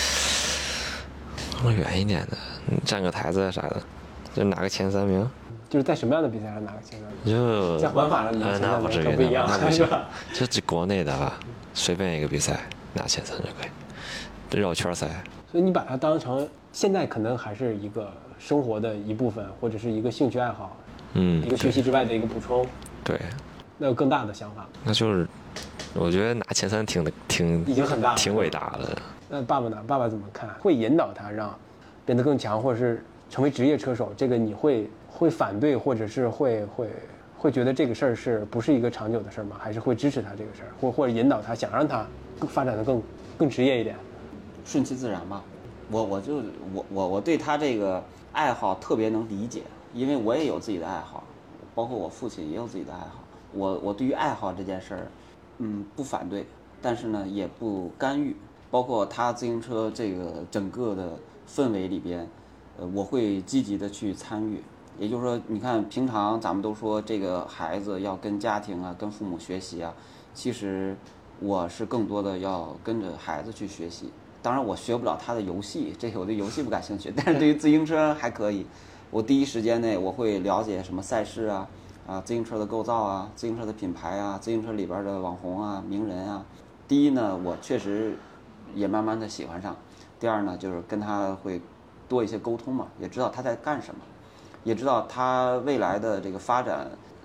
更远一点的，站个台子啥的，就拿个前三名。 就是在什么样的比赛上拿个前三名？ 就在环法上拿前三名， 那不至于， 不一样， 那不行。 就这国内的吧，随便一个比赛拿前三就可以，绕圈赛。 所以你把它当成现在可能还是一个生活的一部分，或者是一个兴趣爱好， 嗯， 一个学习之外的一个补充。 对。 那有更大的想法？ 那就是，我觉得拿前三挺挺已经很大了， 挺伟大的。 那爸爸呢？爸爸怎么看？会引导他让变得更强，或者是成为职业车手？这个你会会反对，或者是会会会觉得这个事儿是不是一个长久的事儿吗？还是会支持他这个事儿，或或者引导他，想让他更发展的更更职业一点？ 顺其自然吧。我我就我我我对他这个爱好特别能理解，因为我也有自己的爱好，包括我父亲也有自己的爱好。我我对于爱好这件事儿，嗯，不反对，但是呢也不干预。包括他自行车这个整个的氛围里边，呃，我会积极的去参与。也就是说，你看平常咱们都说这个孩子要跟家庭啊、跟父母学习啊，其实我是更多的要跟着孩子去学习。当然我学不了他的游戏，这个我对游戏不感兴趣，但是对于自行车还可以。我第一时间内我会了解什么赛事啊，啊，自行车的构造啊，自行车的品牌啊，自行车里边的网红啊、名人啊。第一呢，我确实也慢慢的喜欢上。第二呢，就是跟他会多一些沟通嘛，也知道他在干什么，也知道他未来的这个发展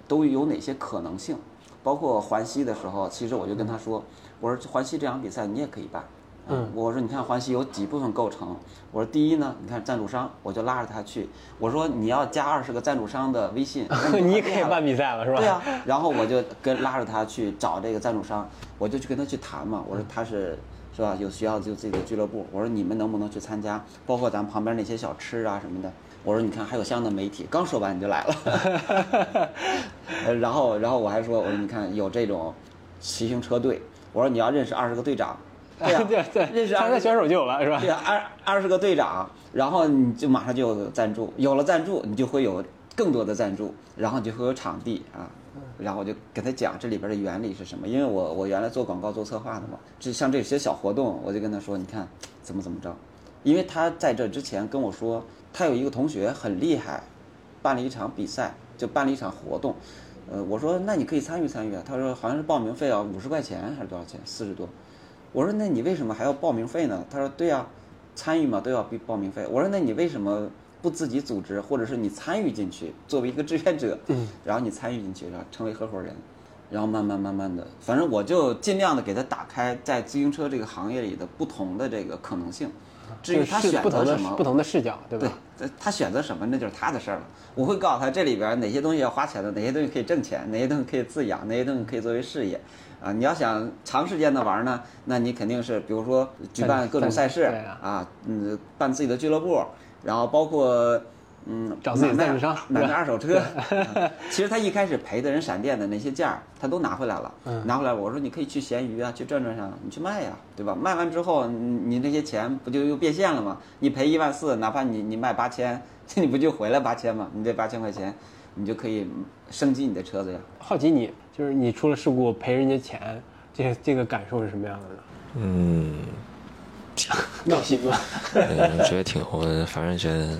都有哪些可能性。包括环西的时候，其实我就跟他说，我说环西这场比赛你也可以办。嗯，我说你看环西有几部分构成，我说第一呢，你看赞助商，我就拉着他去，我说你要加二十个赞助商的微信， 你也可以办比赛了是吧？ 对啊，然后我就跟拉着他去找这个赞助商，我就去跟他去谈嘛，我说他是是吧，有学校就自己的俱乐部，我说你们能不能去参加，包括咱们旁边那些小吃啊什么的，我说你看还有相应的媒体，刚说完你就来了，然后然后我还说，我说你看有这种骑行车队，我说你要认识二十个队长。对啊， 对对， 认识参赛选手就有了是吧？ 对啊，二二十个队长，然后你就马上就有赞助，有了赞助，你就会有更多的赞助，然后就会有场地啊。然后我就跟他讲这里边的原理是什么，因为我我原来做广告做策划的嘛，就像这些小活动，我就跟他说，你看怎么怎么着，因为他在这之前跟我说，他有一个同学很厉害，办了一场比赛，就办了一场活动，呃，我说那你可以参与参与啊，他说好像是报名费要五十块钱还是多少钱，四十多。我说那你为什么还要报名费呢？他说对呀、啊，参与嘛都要报名费。我说那你为什么不自己组织，或者是你参与进去，作为一个志愿者，嗯，然后你参与进去，然后成为合伙人，然后慢慢慢慢的，反正我就尽量的给他打开在自行车这个行业里的不同的这个可能性。至于他选择什么， 不同的视角，对吧？ 对，他选择什么那就是他的事儿了。我会告诉他这里边哪些东西要花钱的，哪些东西可以挣钱，哪些东西可以自养，哪些东西可以作为事业。啊，你要想长时间的玩呢，那你肯定是比如说举办各种赛事啊，嗯，办自己的俱乐部，然后包括嗯找自己的赞助商买卖二手车。嗯、其实他一开始赔的人闪电的那些件儿，他都拿回来了，嗯、拿回来我说你可以去闲鱼啊，去转转上，你去卖呀，对吧？卖完之后，你你那些钱不就又变现了吗？你赔一万四，哪怕你你卖八千，你不就回来八千吗？你这八千块钱，你就可以升级你的车子呀。 好奇你。就是你出了事故赔人家钱，这这个感受是什么样的呢？ 嗯， 闹心吗？ 嗯，觉得挺，我反正觉得，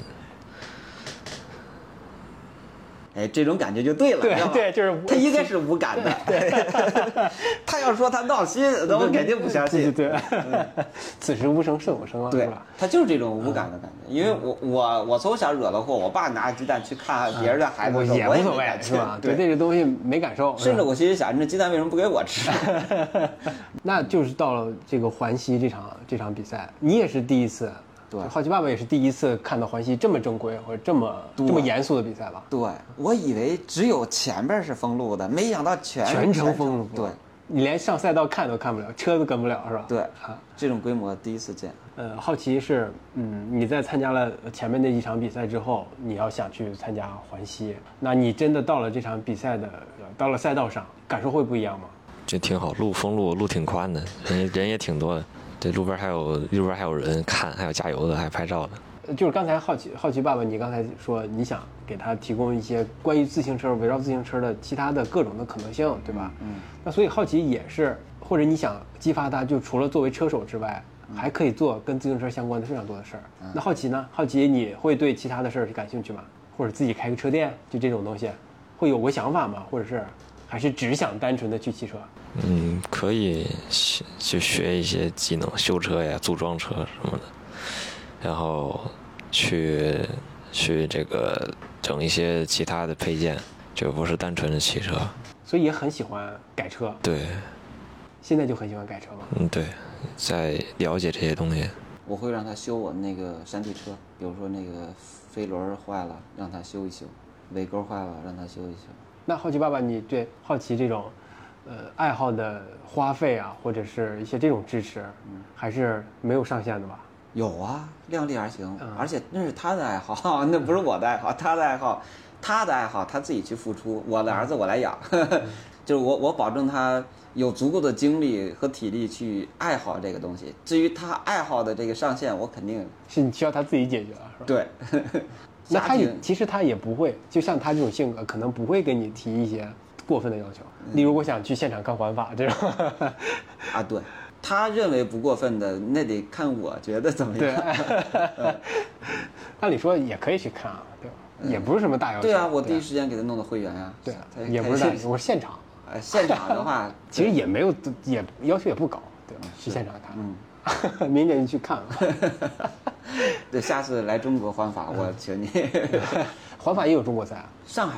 哎，这种感觉就对了， 对对，就是他应该是无感的，对，他要说他闹心，那我肯定不相信， 对，此时无声胜有声啊， 对吧？ 他就是这种无感的感觉，因为我我我从小惹了祸，我爸拿鸡蛋去看别人的孩子的时候， 也无所谓，是吧？对这个东西没感受， 甚至我心里想，这鸡蛋为什么不给我吃？ 那就是到了这个环西这场这场比赛，你也是第一次。对，好奇爸爸也是第一次看到环西这么正规或者这么这么严肃的比赛吧？ 对，我以为只有前边是封路的，没想到全全程封路。 对， 你连上赛道看都看不了，车都跟不了，是吧？ 对啊，这种规模第一次见。 呃，好奇是，嗯，你在参加了前面那一场比赛之后，你要想去参加环西，那你真的到了这场比赛的，到了赛道上，感受会不一样吗？ 这挺好，路封路路挺宽的，人人也挺多的。对，路边还有路边还有人看，还有加油的，还有拍照的。 就是刚才好奇好奇爸爸，你刚才说你想给他提供一些关于自行车、围绕自行车的其他的各种的可能性，对吧？嗯。那所以好奇也是，或者你想激发他，就除了作为车手之外，嗯、还可以做跟自行车相关的非常多的事儿。嗯、那好奇呢？好奇你会对其他的事儿感兴趣吗？或者自己开个车店，就这种东西，会有个想法吗？或者是还是只想单纯的去骑车？ 嗯，可以去学一些技能，修车呀、组装车什么的，然后去去这个整一些其他的配件，就不是单纯的骑车。 所以也很喜欢改车。 对。 现在就很喜欢改车吗？ 嗯，对，在了解这些东西。 我会让他修我那个山地车，比如说那个飞轮坏了，让他修一修；尾钩坏了，让他修一修。 那好奇爸爸，你对好奇这种呃爱好的花费啊，或者是一些这种支持，嗯、还是没有上限的吧？ 有啊，量力而行，嗯、而且那是他的爱好，那不是我的爱好，他的爱好，他的爱好他自己去付出，我的儿子我来养，嗯、就是我我保证他有足够的精力和体力去爱好这个东西。至于他爱好的这个上限，我肯定是你需要他自己解决了，是吧？ 对。 那他也其实他也不会，就像他这种性格，可能不会跟你提一些过分的要求。例如我想去现场看环法这种。 啊，对，他认为不过分的，那得看我觉得怎么样。 对。按理说也可以去看啊，对吧？嗯、也不是什么大要求。 对啊，我第一时间给他弄的会员啊。 对啊，也不是大要求，我是现场。 呃，现场的话， 其实也没有，也要求也不高，对吧？去现场看。嗯。明年就去看了。 对，下次来中国环法，我请你。 环法也有中国赛啊？ 上海是吧？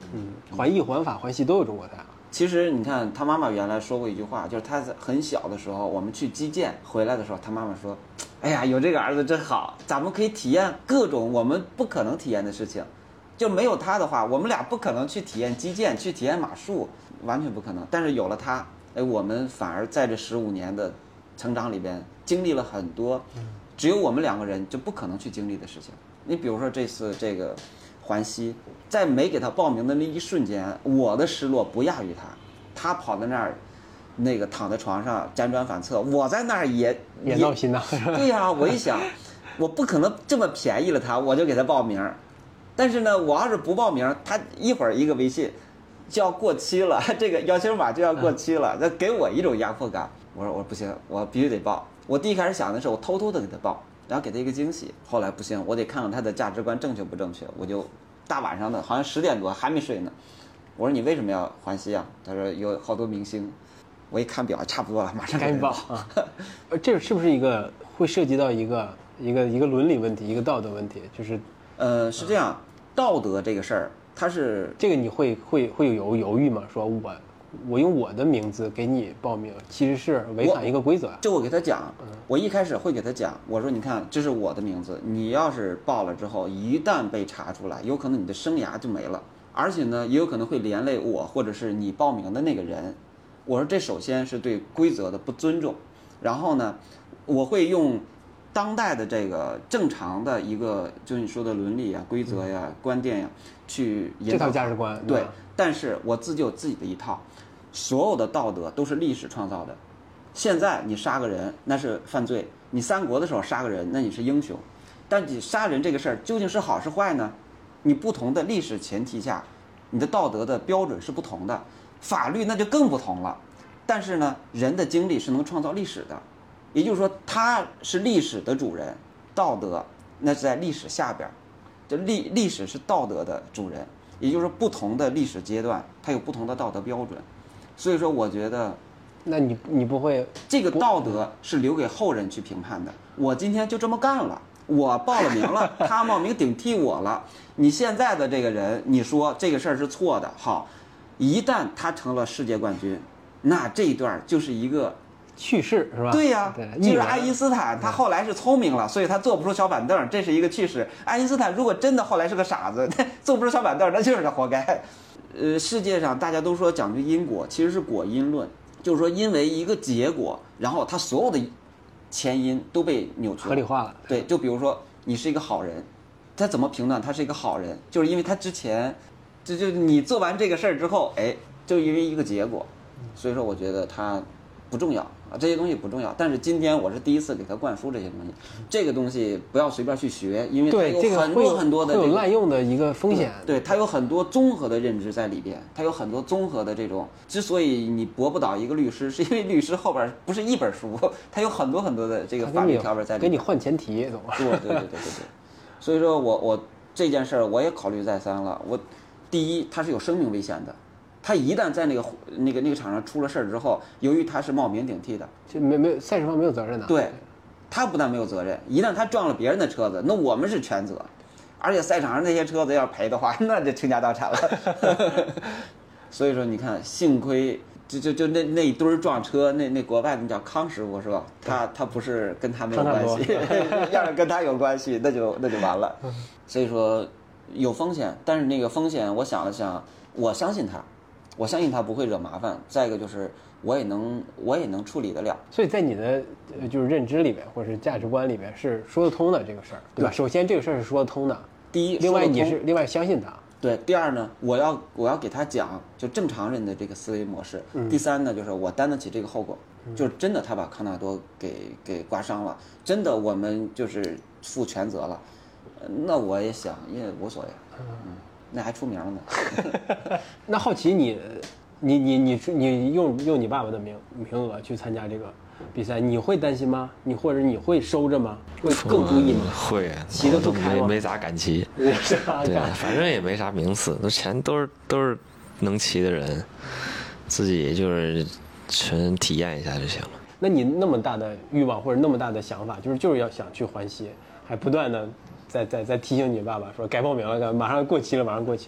嗯，环意、环法、环西都有中国菜。 其实你看，他妈妈原来说过一句话，就是他在很小的时候，我们去击剑回来的时候，他妈妈说：“哎呀，有这个儿子真好，咱们可以体验各种我们不可能体验的事情。就没有他的话，我们俩不可能去体验击剑，去体验马术，完全不可能。但是有了他，哎，我们反而在这十五年的成长里边，经历了很多，只有我们两个人就不可能去经历的事情。你比如说这次这个。”环西，在没给他报名的那一瞬间，我的失落不亚于他。他跑在那儿，那个躺在床上辗转反侧，我在那儿也也闹心呐。 对呀、啊，我一想，我不可能这么便宜了他，我就给他报名。但是呢，我要是不报名，他一会儿一个微信就要过期了，这个邀请码就要过期了，那给我一种压迫感。我说我说不行，我必须得报。我第一开始想的是我偷偷的给他报。然后给他一个惊喜，后来不行，我得看看他的价值观正确不正确。我就大晚上的，好像十点多还没睡呢。我说你为什么要环西啊？他说有好多明星。我一看表，差不多了，马上赶紧报啊！这是不是一个会涉及到一个一个一个伦理问题，一个道德问题？就是呃，是这样，道德这个事儿，它是这个你会会会有犹豫吗？说我。我用我的名字给你报名，其实是违反一个规则。 就我给他讲，我一开始会给他讲，我说你看，这是我的名字，你要是报了之后，一旦被查出来，有可能你的生涯就没了，而且呢，也有可能会连累我或者是你报名的那个人。我说这首先是对规则的不尊重，然后呢，我会用当代的这个正常的一个，就你说的伦理啊、规则呀、嗯、观点呀，去引导这套价值观。 对，但是我自己有自己的一套。所有的道德都是历史创造的，现在你杀个人那是犯罪，你三国的时候杀个人那你是英雄，但你杀人这个事儿究竟是好是坏呢？你不同的历史前提下，你的道德的标准是不同的，法律那就更不同了。但是呢，人的经历是能创造历史的，也就是说他是历史的主人，道德那是在历史下边，就历历史是道德的主人，也就是说不同的历史阶段它有不同的道德标准。所以说，我觉得， 那你你不会这个道德是留给后人去评判的。我今天就这么干了，我报了名了，他冒名顶替我了。你现在的这个人，你说这个事儿是错的，好，一旦他成了世界冠军，那这一段就是一个趣事，是吧？ 对呀、啊，就是爱因斯坦，他后来是聪明了，所以他坐不出小板凳，这是一个趣事。爱因斯坦如果真的后来是个傻子，坐不出小板凳，那就是他活该。呃，世界上大家都说讲究因果，其实是果因论，就是说因为一个结果，然后它所有的前因都被扭曲合理化了。 对，就比如说你是一个好人，他怎么评断他是一个好人？就是因为他之前，就就你做完这个事儿之后，哎，就因为一个结果，所以说我觉得他不重要啊，这些东西不重要。但是今天我是第一次给他灌输这些东西，这个东西不要随便去学，因为它有很多很多的、 这个、会有滥用的一个风险。 对，它有很多综合的认知在里边，它有很多综合的这种。之所以你驳不倒一个律师，是因为律师后边不是一本书，它有很多很多的这个法律条文在里边。 给你换前提，懂吗？ 对对对对对对。所以说我我这件事儿我也考虑再三了。我第一，它是有生命危险的。他一旦在那个那个那个场上出了事儿之后，由于他是冒名顶替的， 就没没有赛事方没有责任的。 对，他不但没有责任，一旦他撞了别人的车子，那我们是全责。而且赛场上那些车子要赔的话，那就倾家荡产了。所以说，你看，幸亏就就就那那一堆儿撞车，那那国外那叫康师傅是吧？他他不是跟他没有关系，要是跟他有关系，那就那就完了。所以说有风险，但是那个风险，我想了想，我相信他。我相信他不会惹麻烦。再一个就是，我也能，我也能处理得了。 所以在你的就是认知里面，或者是价值观里面，是说得通的这个事儿，对吧？首先这个事儿是说得通的。 第一， 另外你是另外相信他。 对。第二呢，我要我要给他讲，就正常人的这个思维模式。嗯、第三呢，就是我担得起这个后果，嗯、就是真的他把康纳多给给刮伤了，真的我们就是负全责了。那我也想，也无所谓。嗯。那还出名了呢。 那好奇你，你你你你用用你爸爸的名名额去参加这个比赛，你会担心吗？你或者你会收着吗？会更注意吗？ 会， 骑得不开吗？ 没没咋敢骑。对，反正也没啥名次，都全都是都是能骑的人，自己也就是纯体验一下就行了。 那你那么大的欲望或者那么大的想法，就是就是要想去环西，还不断的。在在在提醒你爸爸说该报名了，马上过期了，马上过期了。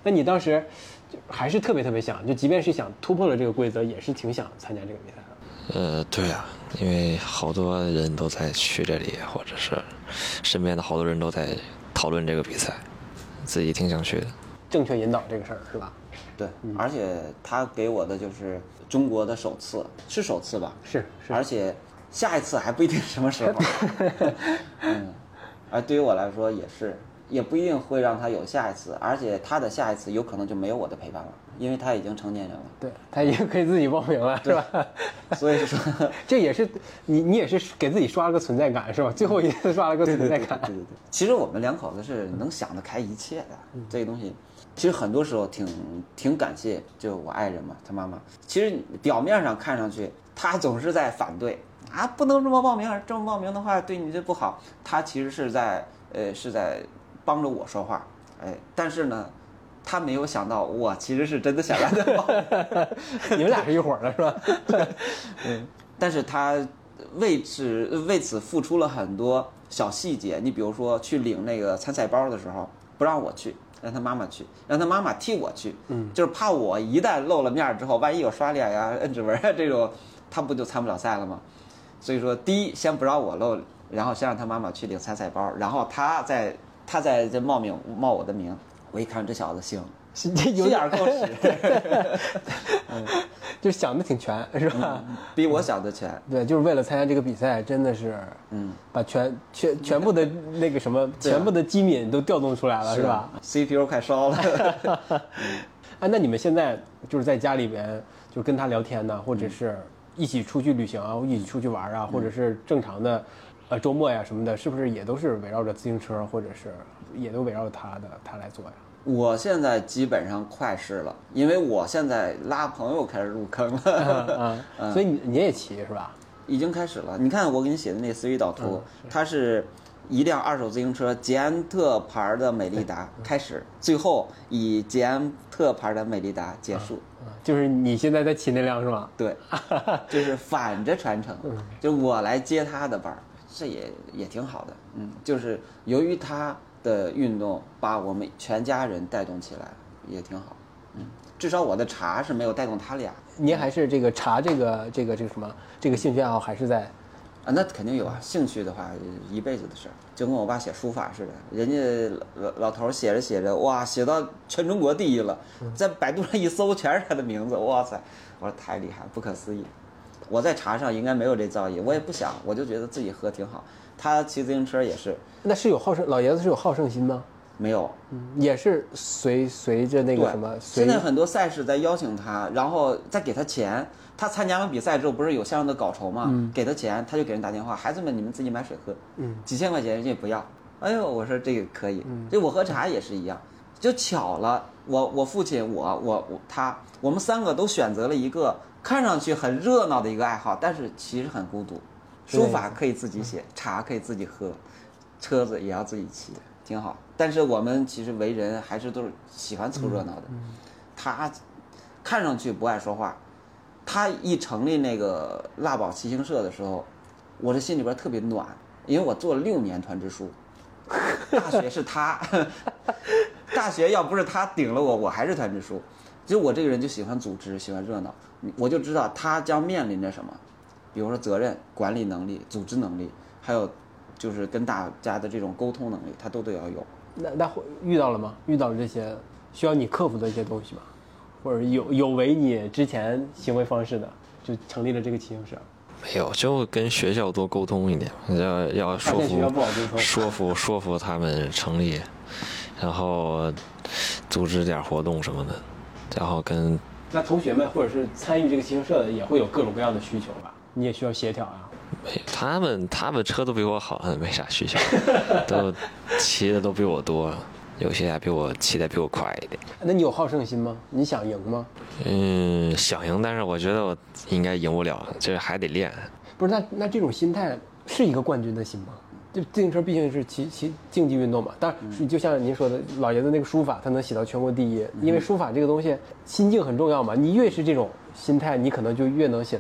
那你当时就还是特别特别想，就即便是想突破了这个规则，也是挺想参加这个比赛的。 呃，对啊，因为好多人都在去这里，或者是身边的好多人都在讨论这个比赛，自己挺想去的。 正确引导这个事儿是吧？ 对，嗯、而且他给我的就是中国的首次，是首次吧？ 是是， 而且下一次还不一定什么时候。嗯，而对于我来说也是，也不一定会让他有下一次，而且他的下一次有可能就没有我的陪伴了，因为他已经成年人了。 对，他已经可以自己报名了，是吧？ 所以说，这也是你你也是给自己刷了个存在感，是吧？最后一次刷了个存在感。 对对 对, 对, 对, 对, 对其实我们两口子是能想得开一切的，嗯、这个东西。其实很多时候挺挺感谢，就我爱人嘛，他妈妈。其实表面上看上去，他总是在反对啊，不能这么报名，这么报名的话对你这不好。他其实是在呃是在帮着我说话，哎，但是呢，他没有想到我其实是真的想让他报名。 你们俩是一伙的是吧？ 嗯，但是他为此为此付出了很多小细节。你比如说去领那个参赛包的时候，不让我去。让他妈妈去，让他妈妈替我去，嗯，就是怕我一旦露了面之后，万一有刷脸呀、摁指纹啊这种，他不就参不了赛了吗？所以说，第一先不让我露，然后先让他妈妈去领参赛包，然后他再他再这冒名冒我的名。我一看这小子行， 有点够使， 嗯，就想的挺全，是吧？ 嗯、比我想的全。 对，就是为了参加这个比赛，真的是，嗯，把全全全部的那个什么，全部的机敏都调动出来了，是, 是吧 ？C P U 快烧了。 啊，那你们现在就是在家里边，就跟他聊天呢，或者是一起出去旅行啊，一起出去玩啊，或者是正常的，呃，周末呀什么的，是不是也都是围绕着自行车，或者是也都围绕着他的他来做呀？ 我现在基本上快是了，因为我现在拉朋友开始入坑了， 嗯嗯、所以你你也骑是吧？ 已经开始了。你看我给你写的那个思维导图，嗯、它是一辆二手自行车捷安特牌的美利达开始，最后以捷安特牌的美利达结束。 嗯、就是你现在在骑那辆是吗？ 对，就是反着传承，就我来接他的班，这也也挺好的。嗯，就是由于他的运动把我们全家人带动起来，也挺好。嗯，至少我的茶是没有带动他俩。 您还是这个茶这个这个这个什么这个兴趣爱好还是在啊？那肯定有啊，兴趣的话一辈子的事儿，就跟我爸写书法似的，人家老老头写着写着，哇，写到全中国第一了，在百度上一搜全是他的名字，哇塞！我说太厉害，不可思议。我在茶上应该没有这造诣，我也不想，我就觉得自己喝挺好。他骑自行车也是， 那是有好胜，老爷子是有好胜心吗？ 没有， 嗯，也是随随着那个什么。 现在很多赛事在邀请他，然后再给他钱。他参加完比赛之后，不是有相应的稿酬吗？嗯、给他钱，他就给人打电话，孩子们你们自己买水喝，嗯，几千块钱人家也不要。哎呦，我说这个可以，嗯，就我喝茶也是一样，就巧了，我我父亲我我我他，我们三个都选择了一个看上去很热闹的一个爱好，但是其实很孤独。书法可以自己写，茶可以自己喝，车子也要自己骑，挺好。但是我们其实为人还是都是喜欢凑热闹的。他看上去不爱说话，他一成立那个辣宝骑行社的时候，我这心里边特别暖，因为我做了六年团支书，大学是他，大学要不是他顶了我，我还是团支书。就我这个人就喜欢组织，喜欢热闹，我就知道他将面临着什么。比如说责任、管理能力、组织能力，还有就是跟大家的这种沟通能力，他都得要有。 那那遇到了吗？遇到了这些需要你克服的一些东西吗？或者有有违你之前行为方式的，就成立了这个骑行社？ 没有，就跟学校多沟通一点，要要说服说服说服他们成立，然后组织点活动什么的，然后跟那同学们或者是参与这个骑行社的也会有各种各样的需求吧？你也需要协调啊。 没，他们他们车都比我好，没啥需求，都骑的都比我多，有些还比我骑的比我快一点。 那你有好胜心吗？你想赢吗？ 嗯，想赢，但是我觉得我应该赢不了，这还得练。 不是，那那这种心态是一个冠军的心吗？就自行车毕竟是骑骑竞技运动嘛，当然就像您说的，老爷子那个书法他能写到全国第一，因为书法这个东西心境很重要嘛，你越是这种心态，你可能就越能写得好。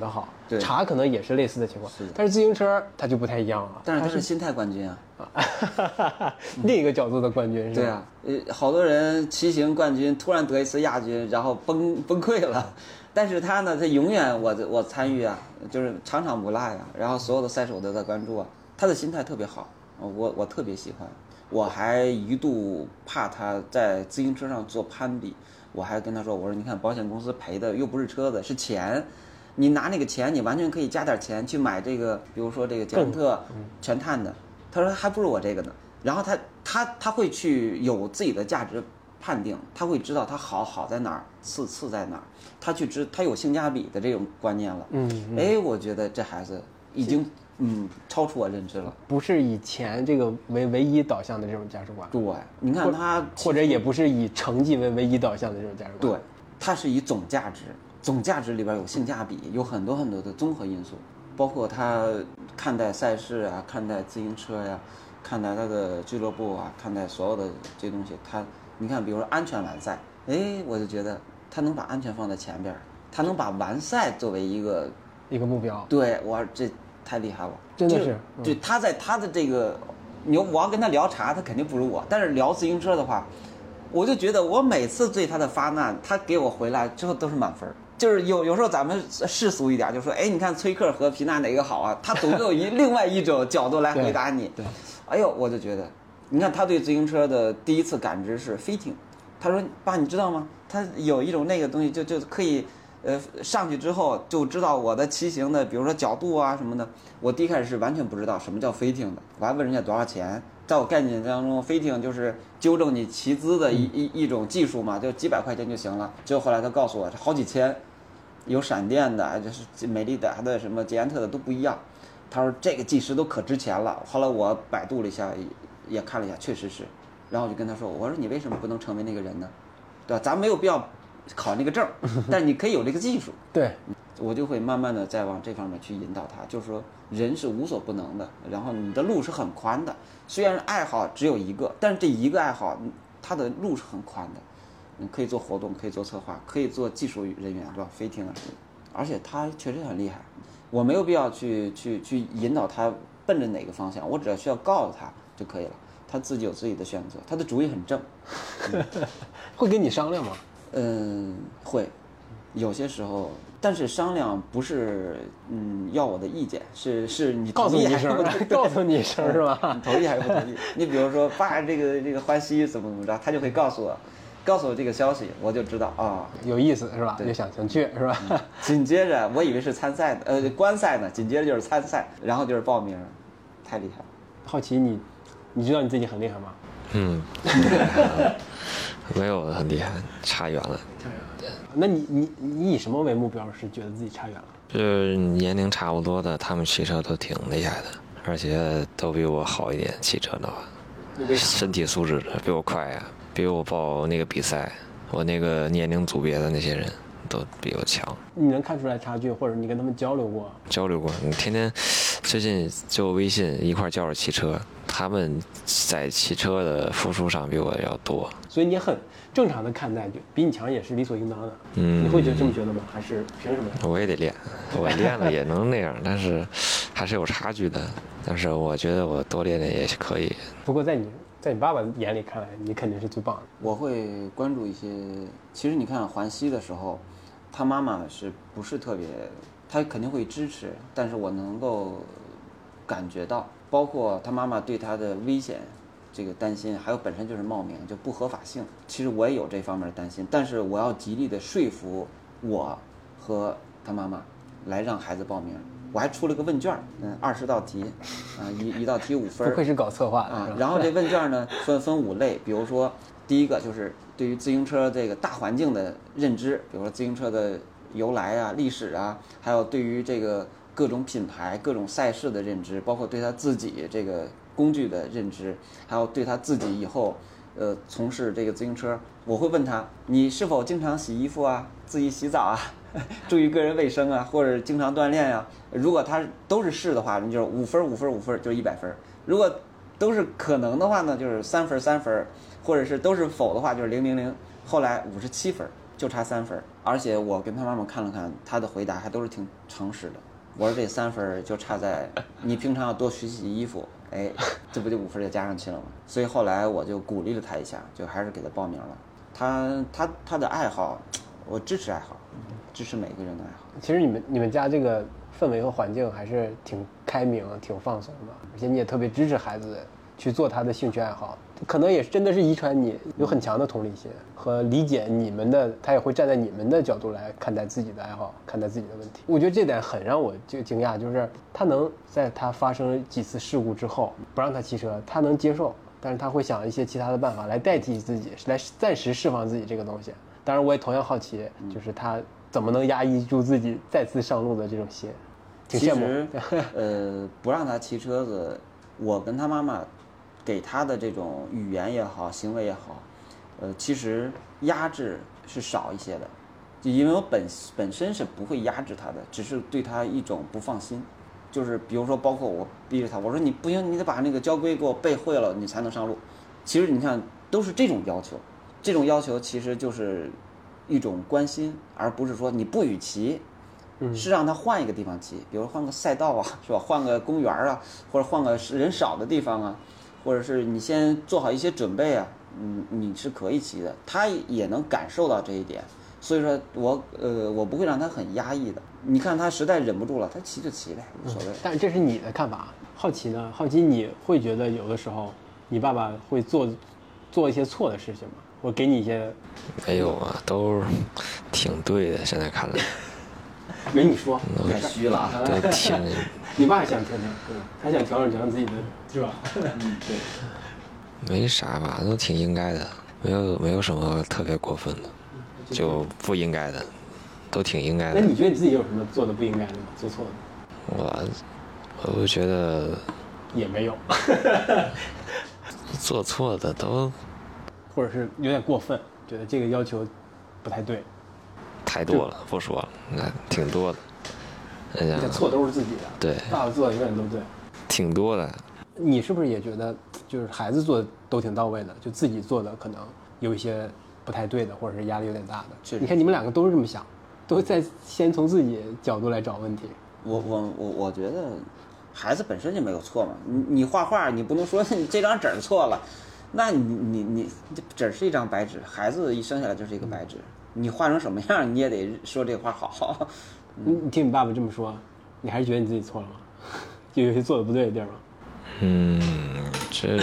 对茶可能也是类似的情况，但是自行车它就不太一样了。 但是他是心态冠军啊， 另一个角度的冠军是吧？ 对啊，呃，好多人骑行冠军突然得一次亚军，然后崩崩溃了。但是他呢，他永远我我参与啊，就是场场不落呀。然后所有的赛手都在关注啊，他的心态特别好，我我特别喜欢。我还一度怕他在自行车上做攀比，我还跟他说，我说你看保险公司赔的又不是车子，是钱。你拿那个钱，你完全可以加点钱去买这个，比如说这个捷安特全碳的。他说还不如我这个呢。然后他他他会去有自己的价值判定，他会知道他好好在哪儿，次次在哪儿，他去知他有性价比的这种观念了。 嗯，嗯哎，我觉得这孩子已经嗯超出我认知了， 不是以钱这个为唯一导向的这种价值观。 对，你看他或者也不是以成绩为唯一导向的这种价值观。 对，他是以总价值。总价值里边有性价比，有很多很多的综合因素，包括他看待赛事啊，看待自行车呀、啊，看待他的俱乐部啊，看待所有的这东西。他，你看，比如说安全完赛，哎，我就觉得他能把安全放在前边，他能把完赛作为一个一个目标。 对，我这太厉害了， 真的是。 对、嗯，他在他的这个，你我要跟他聊茶，他肯定不如我，但是聊自行车的话，我就觉得我每次对他的发难，他给我回来之后都是满分。就是有有时候咱们世俗一点，就说，哎，你看崔克和皮纳哪个好啊？他总有一另外一种角度来回答你。 对，对哎呦，我就觉得，你看他对自行车的第一次感知是飞艇，他说爸，你知道吗？他有一种那个东西就就可以，呃，上去之后就知道我的骑行的，比如说角度啊什么的。我第一开始是完全不知道什么叫飞艇的，我还问人家多少钱。在我概念当中，飞艇就是纠正你骑姿的一一一种技术嘛，就几百块钱就行了。结果后来他告诉我，这好几千，有闪电的，就是美利达的、什么捷安特的都不一样。他说这个计时都可值钱了。后来我百度了一下，也看了一下，确实是。然后我就跟他说，我说你为什么不能成为那个人呢？对吧？咱没有必要考那个证，但你可以有这个技术。 对。 我就会慢慢的再往这方面去引导他，就是说人是无所不能的，然后你的路是很宽的，虽然爱好只有一个，但是这一个爱好它的路是很宽的，你可以做活动，可以做策划，可以做技术人员，对吧？飞艇啊什么的，而且他确实很厉害，我没有必要去去去引导他奔着哪个方向，我只要需要告诉他就可以了，他自己有自己的选择，他的主意很正。 嗯、会跟你商量吗？ 嗯，会，有些时候。但是商量不是嗯要我的意见，是是你告诉你一声，告诉你一声是吧？ 你同意还是不同意？你比如说爸这个这个欢喜怎么怎么着，他就会告诉我，告诉我这个消息，我就知道啊、哦， 有意思是吧？就想想去是吧？ 嗯、紧接着我以为是参赛的，呃，观赛呢，紧接着就是参赛，然后就是报名，太厉害了。 好奇你，你知道你自己很厉害吗？ 嗯，没有很厉害，差远了。 那你你你以什么为目标？是觉得自己差远了？ 就是年龄差不多的，他们骑车都挺厉害的，而且都比我好一点。骑车的话，身体素质比我快呀、啊，比我报那个比赛，我那个年龄组别的那些人都比我强。 你能看出来差距，或者你跟他们交流过？ 交流过，你天天最近就微信一块叫着骑车，他们在骑车的付出上比我要多， 所以你很正常的看待，就比你强也是理所应当的。 嗯， 你会觉得这么觉得吗？还是凭什么？ 我也得练，我练了也能那样，但是还是有差距的。但是我觉得我多练练也是可以。 不过在你在你爸爸眼里看来，你肯定是最棒的。 我会关注一些，其实你看环西的时候，他妈妈是不是特别，他肯定会支持，但是我能够感觉到，包括他妈妈对他的危险这个担心，还有本身就是冒名就不合法性，其实我也有这方面的担心，但是我要极力的说服我和他妈妈来让孩子报名。我还出了个问卷，嗯，二十道题，啊，一一道题五分。 不愧是搞策划的啊。然后这问卷呢分分五类，比如说第一个就是对于自行车这个大环境的认知，比如说自行车的由来啊、历史啊，还有对于这个各种品牌、各种赛事的认知，包括对他自己这个工具的认知，还有对他自己以后呃从事这个自行车，我会问他，你是否经常洗衣服啊、自己洗澡啊、注意个人卫生啊，或者经常锻炼呀、啊？如果他都是是的话，你就是五分五分五分，就是一百分；如果都是可能的话呢，就是三分三分，或者是都是否的话，就是零零零。后来五十七分，就差三分。而且我跟他妈妈看了看，他的回答还都是挺诚实的， 我说这三分就差在你平常要多学习衣服，哎，这不就五分就加上去了吗？所以后来我就鼓励了他一下，就还是给他报名了。他他他的爱好，我支持爱好，支持每个人的爱好。 其实你们你们家这个氛围和环境还是挺开明、挺放松的，而且你也特别支持孩子去做他的兴趣爱好，可能也真的是遗传你有很强的同理心和理解你们的，他也会站在你们的角度来看待自己的爱好，看待自己的问题。我觉得这点很让我就惊讶，就是他能在他发生几次事故之后不让他骑车，他能接受，但是他会想一些其他的办法来代替自己，来暂时释放自己这个东西。当然我也同样好奇，就是他怎么能压抑住自己再次上路的这种心，挺羡慕。 其实呃，不让他骑车子，我跟他妈妈给他的这种语言也好，行为也好，呃，其实压制是少一些的，就因为我本本身是不会压制他的，只是对他一种不放心。就是比如说，包括我逼着他，我说你不行，你得把那个交规给我背会了，你才能上路。其实你看，都是这种要求，这种要求其实就是一种关心，而不是说你不许骑。是让他换一个地方骑，比如换个赛道啊，是吧？换个公园啊，或者换个人少的地方啊，或者是你先做好一些准备啊，嗯，你是可以骑的。他也能感受到这一点，所以说我呃我不会让他很压抑的。你看他实在忍不住了，他骑就骑呗，无所谓。 嗯、但是这是你的看法，好奇呢？好奇你会觉得有的时候你爸爸会做做一些错的事情吗？我给你一些。 没有啊，都挺对的，现在看来。 没你说， 太虚了啊！ 对，挺。 你爸想调整，嗯，他想调整调整自己的，是吧？嗯，对。 没啥吧，都挺应该的，没有没有什么特别过分的，就不应该的，都挺应该的。 那你觉得你自己有什么做的不应该的吗？做错的？ 我，我就觉得也没有。 做错的都， 或者是有点过分，觉得这个要求不太对。 太多了，不说了，那挺多的。 人家错都是自己的， 对， 爸爸做的永远都对， 挺多的。 你是不是也觉得，就是孩子做的都挺到位的，就自己做的可能有一些不太对的，或者是压力有点大的？你看你们两个都是这么想，都在先从自己角度来找问题。 我我我我觉得，孩子本身就没有错嘛。你你画画，你不能说你这张纸错了，那你你你这纸是一张白纸，孩子一生下来就是一个白纸。你画成什么样，你也得说这话好。 你你听你爸爸这么说，你还是觉得你自己错了吗？就有些做的不对的地儿吗？ 嗯，这，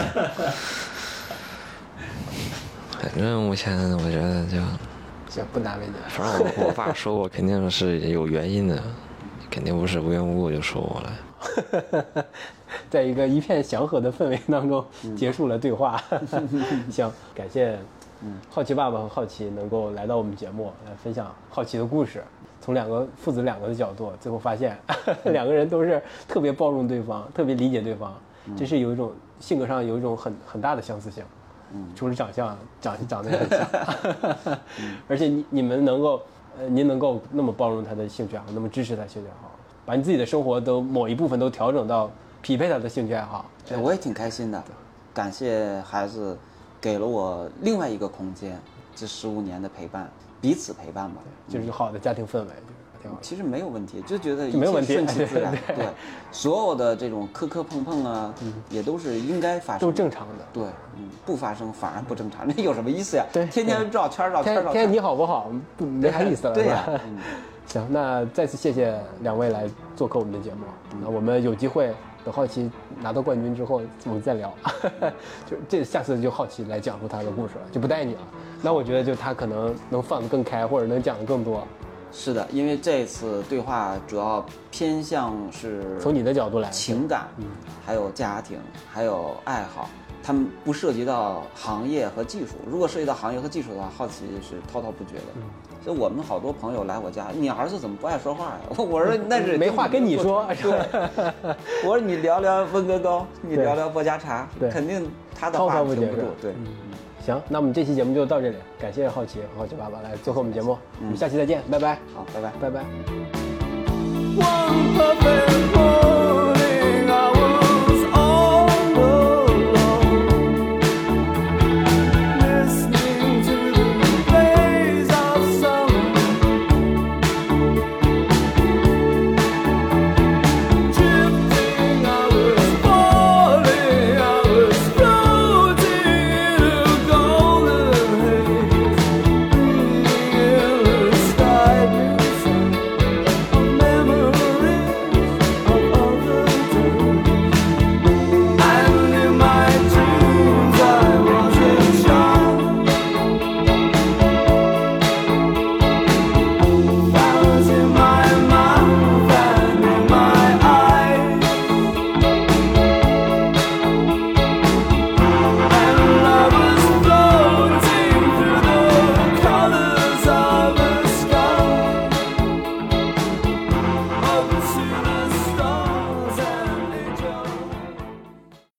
反正目前我觉得就， 行，不难为你。 反正我我爸说我肯定是有原因的，肯定不是无缘无故就说我了。 在一个一片祥和的氛围当中结束了对话。行，感谢。嗯，好奇爸爸和好奇能够来到我们节目来分享好奇的故事，从两个父子两个的角度，最后发现两个人都是特别包容对方，特别理解对方，真是有一种性格上有一种很很大的相似性。嗯，除了长相，长长得也很像。而且你你们能够，呃，您能够那么包容他的兴趣爱好，那么支持他兴趣爱好，把你自己的生活都某一部分都调整到匹配他的兴趣爱好。 对，我也挺开心的，感谢孩子。给了我另外一个空间，这十五年的陪伴，彼此陪伴吧， 就是好的家庭氛围，就是挺好的。 其实没有问题，就觉得一没有问题， 切顺其自然。 对， 对，所有的这种磕磕碰碰啊，嗯、也都是应该发生， 都正常的。 对，嗯，不发生反而不正常，那有什么意思呀？ 对， 天天绕圈绕圈绕圈。 天天你好不好？不没啥意思了。 对呀、啊。 嗯，行，那再次谢谢两位来做客我们的节目。嗯、那我们有机会。等好奇拿到冠军之后，我们再聊。就这下次就好奇来讲述他的故事了，就不带你了。那我觉得就他可能能放得更开，或者能讲得更多。 是的，因为这次对话主要偏向是从你的角度来， 情感，嗯，还有家庭，还有爱好，他们不涉及到行业和技术。如果涉及到行业和技术的话，好奇是滔滔不绝的。嗯，所以我们好多朋友来我家，你儿子怎么不爱说话呀？我说那是没话跟你说。 对，我说你聊聊温哥高，你聊聊伯家茶，肯定他的话听不住。对，嗯， 行，那我们这期节目就到这里，感谢好奇好奇爸爸来做客我们节目，我们下期再见，拜拜。 好，拜拜， 拜拜。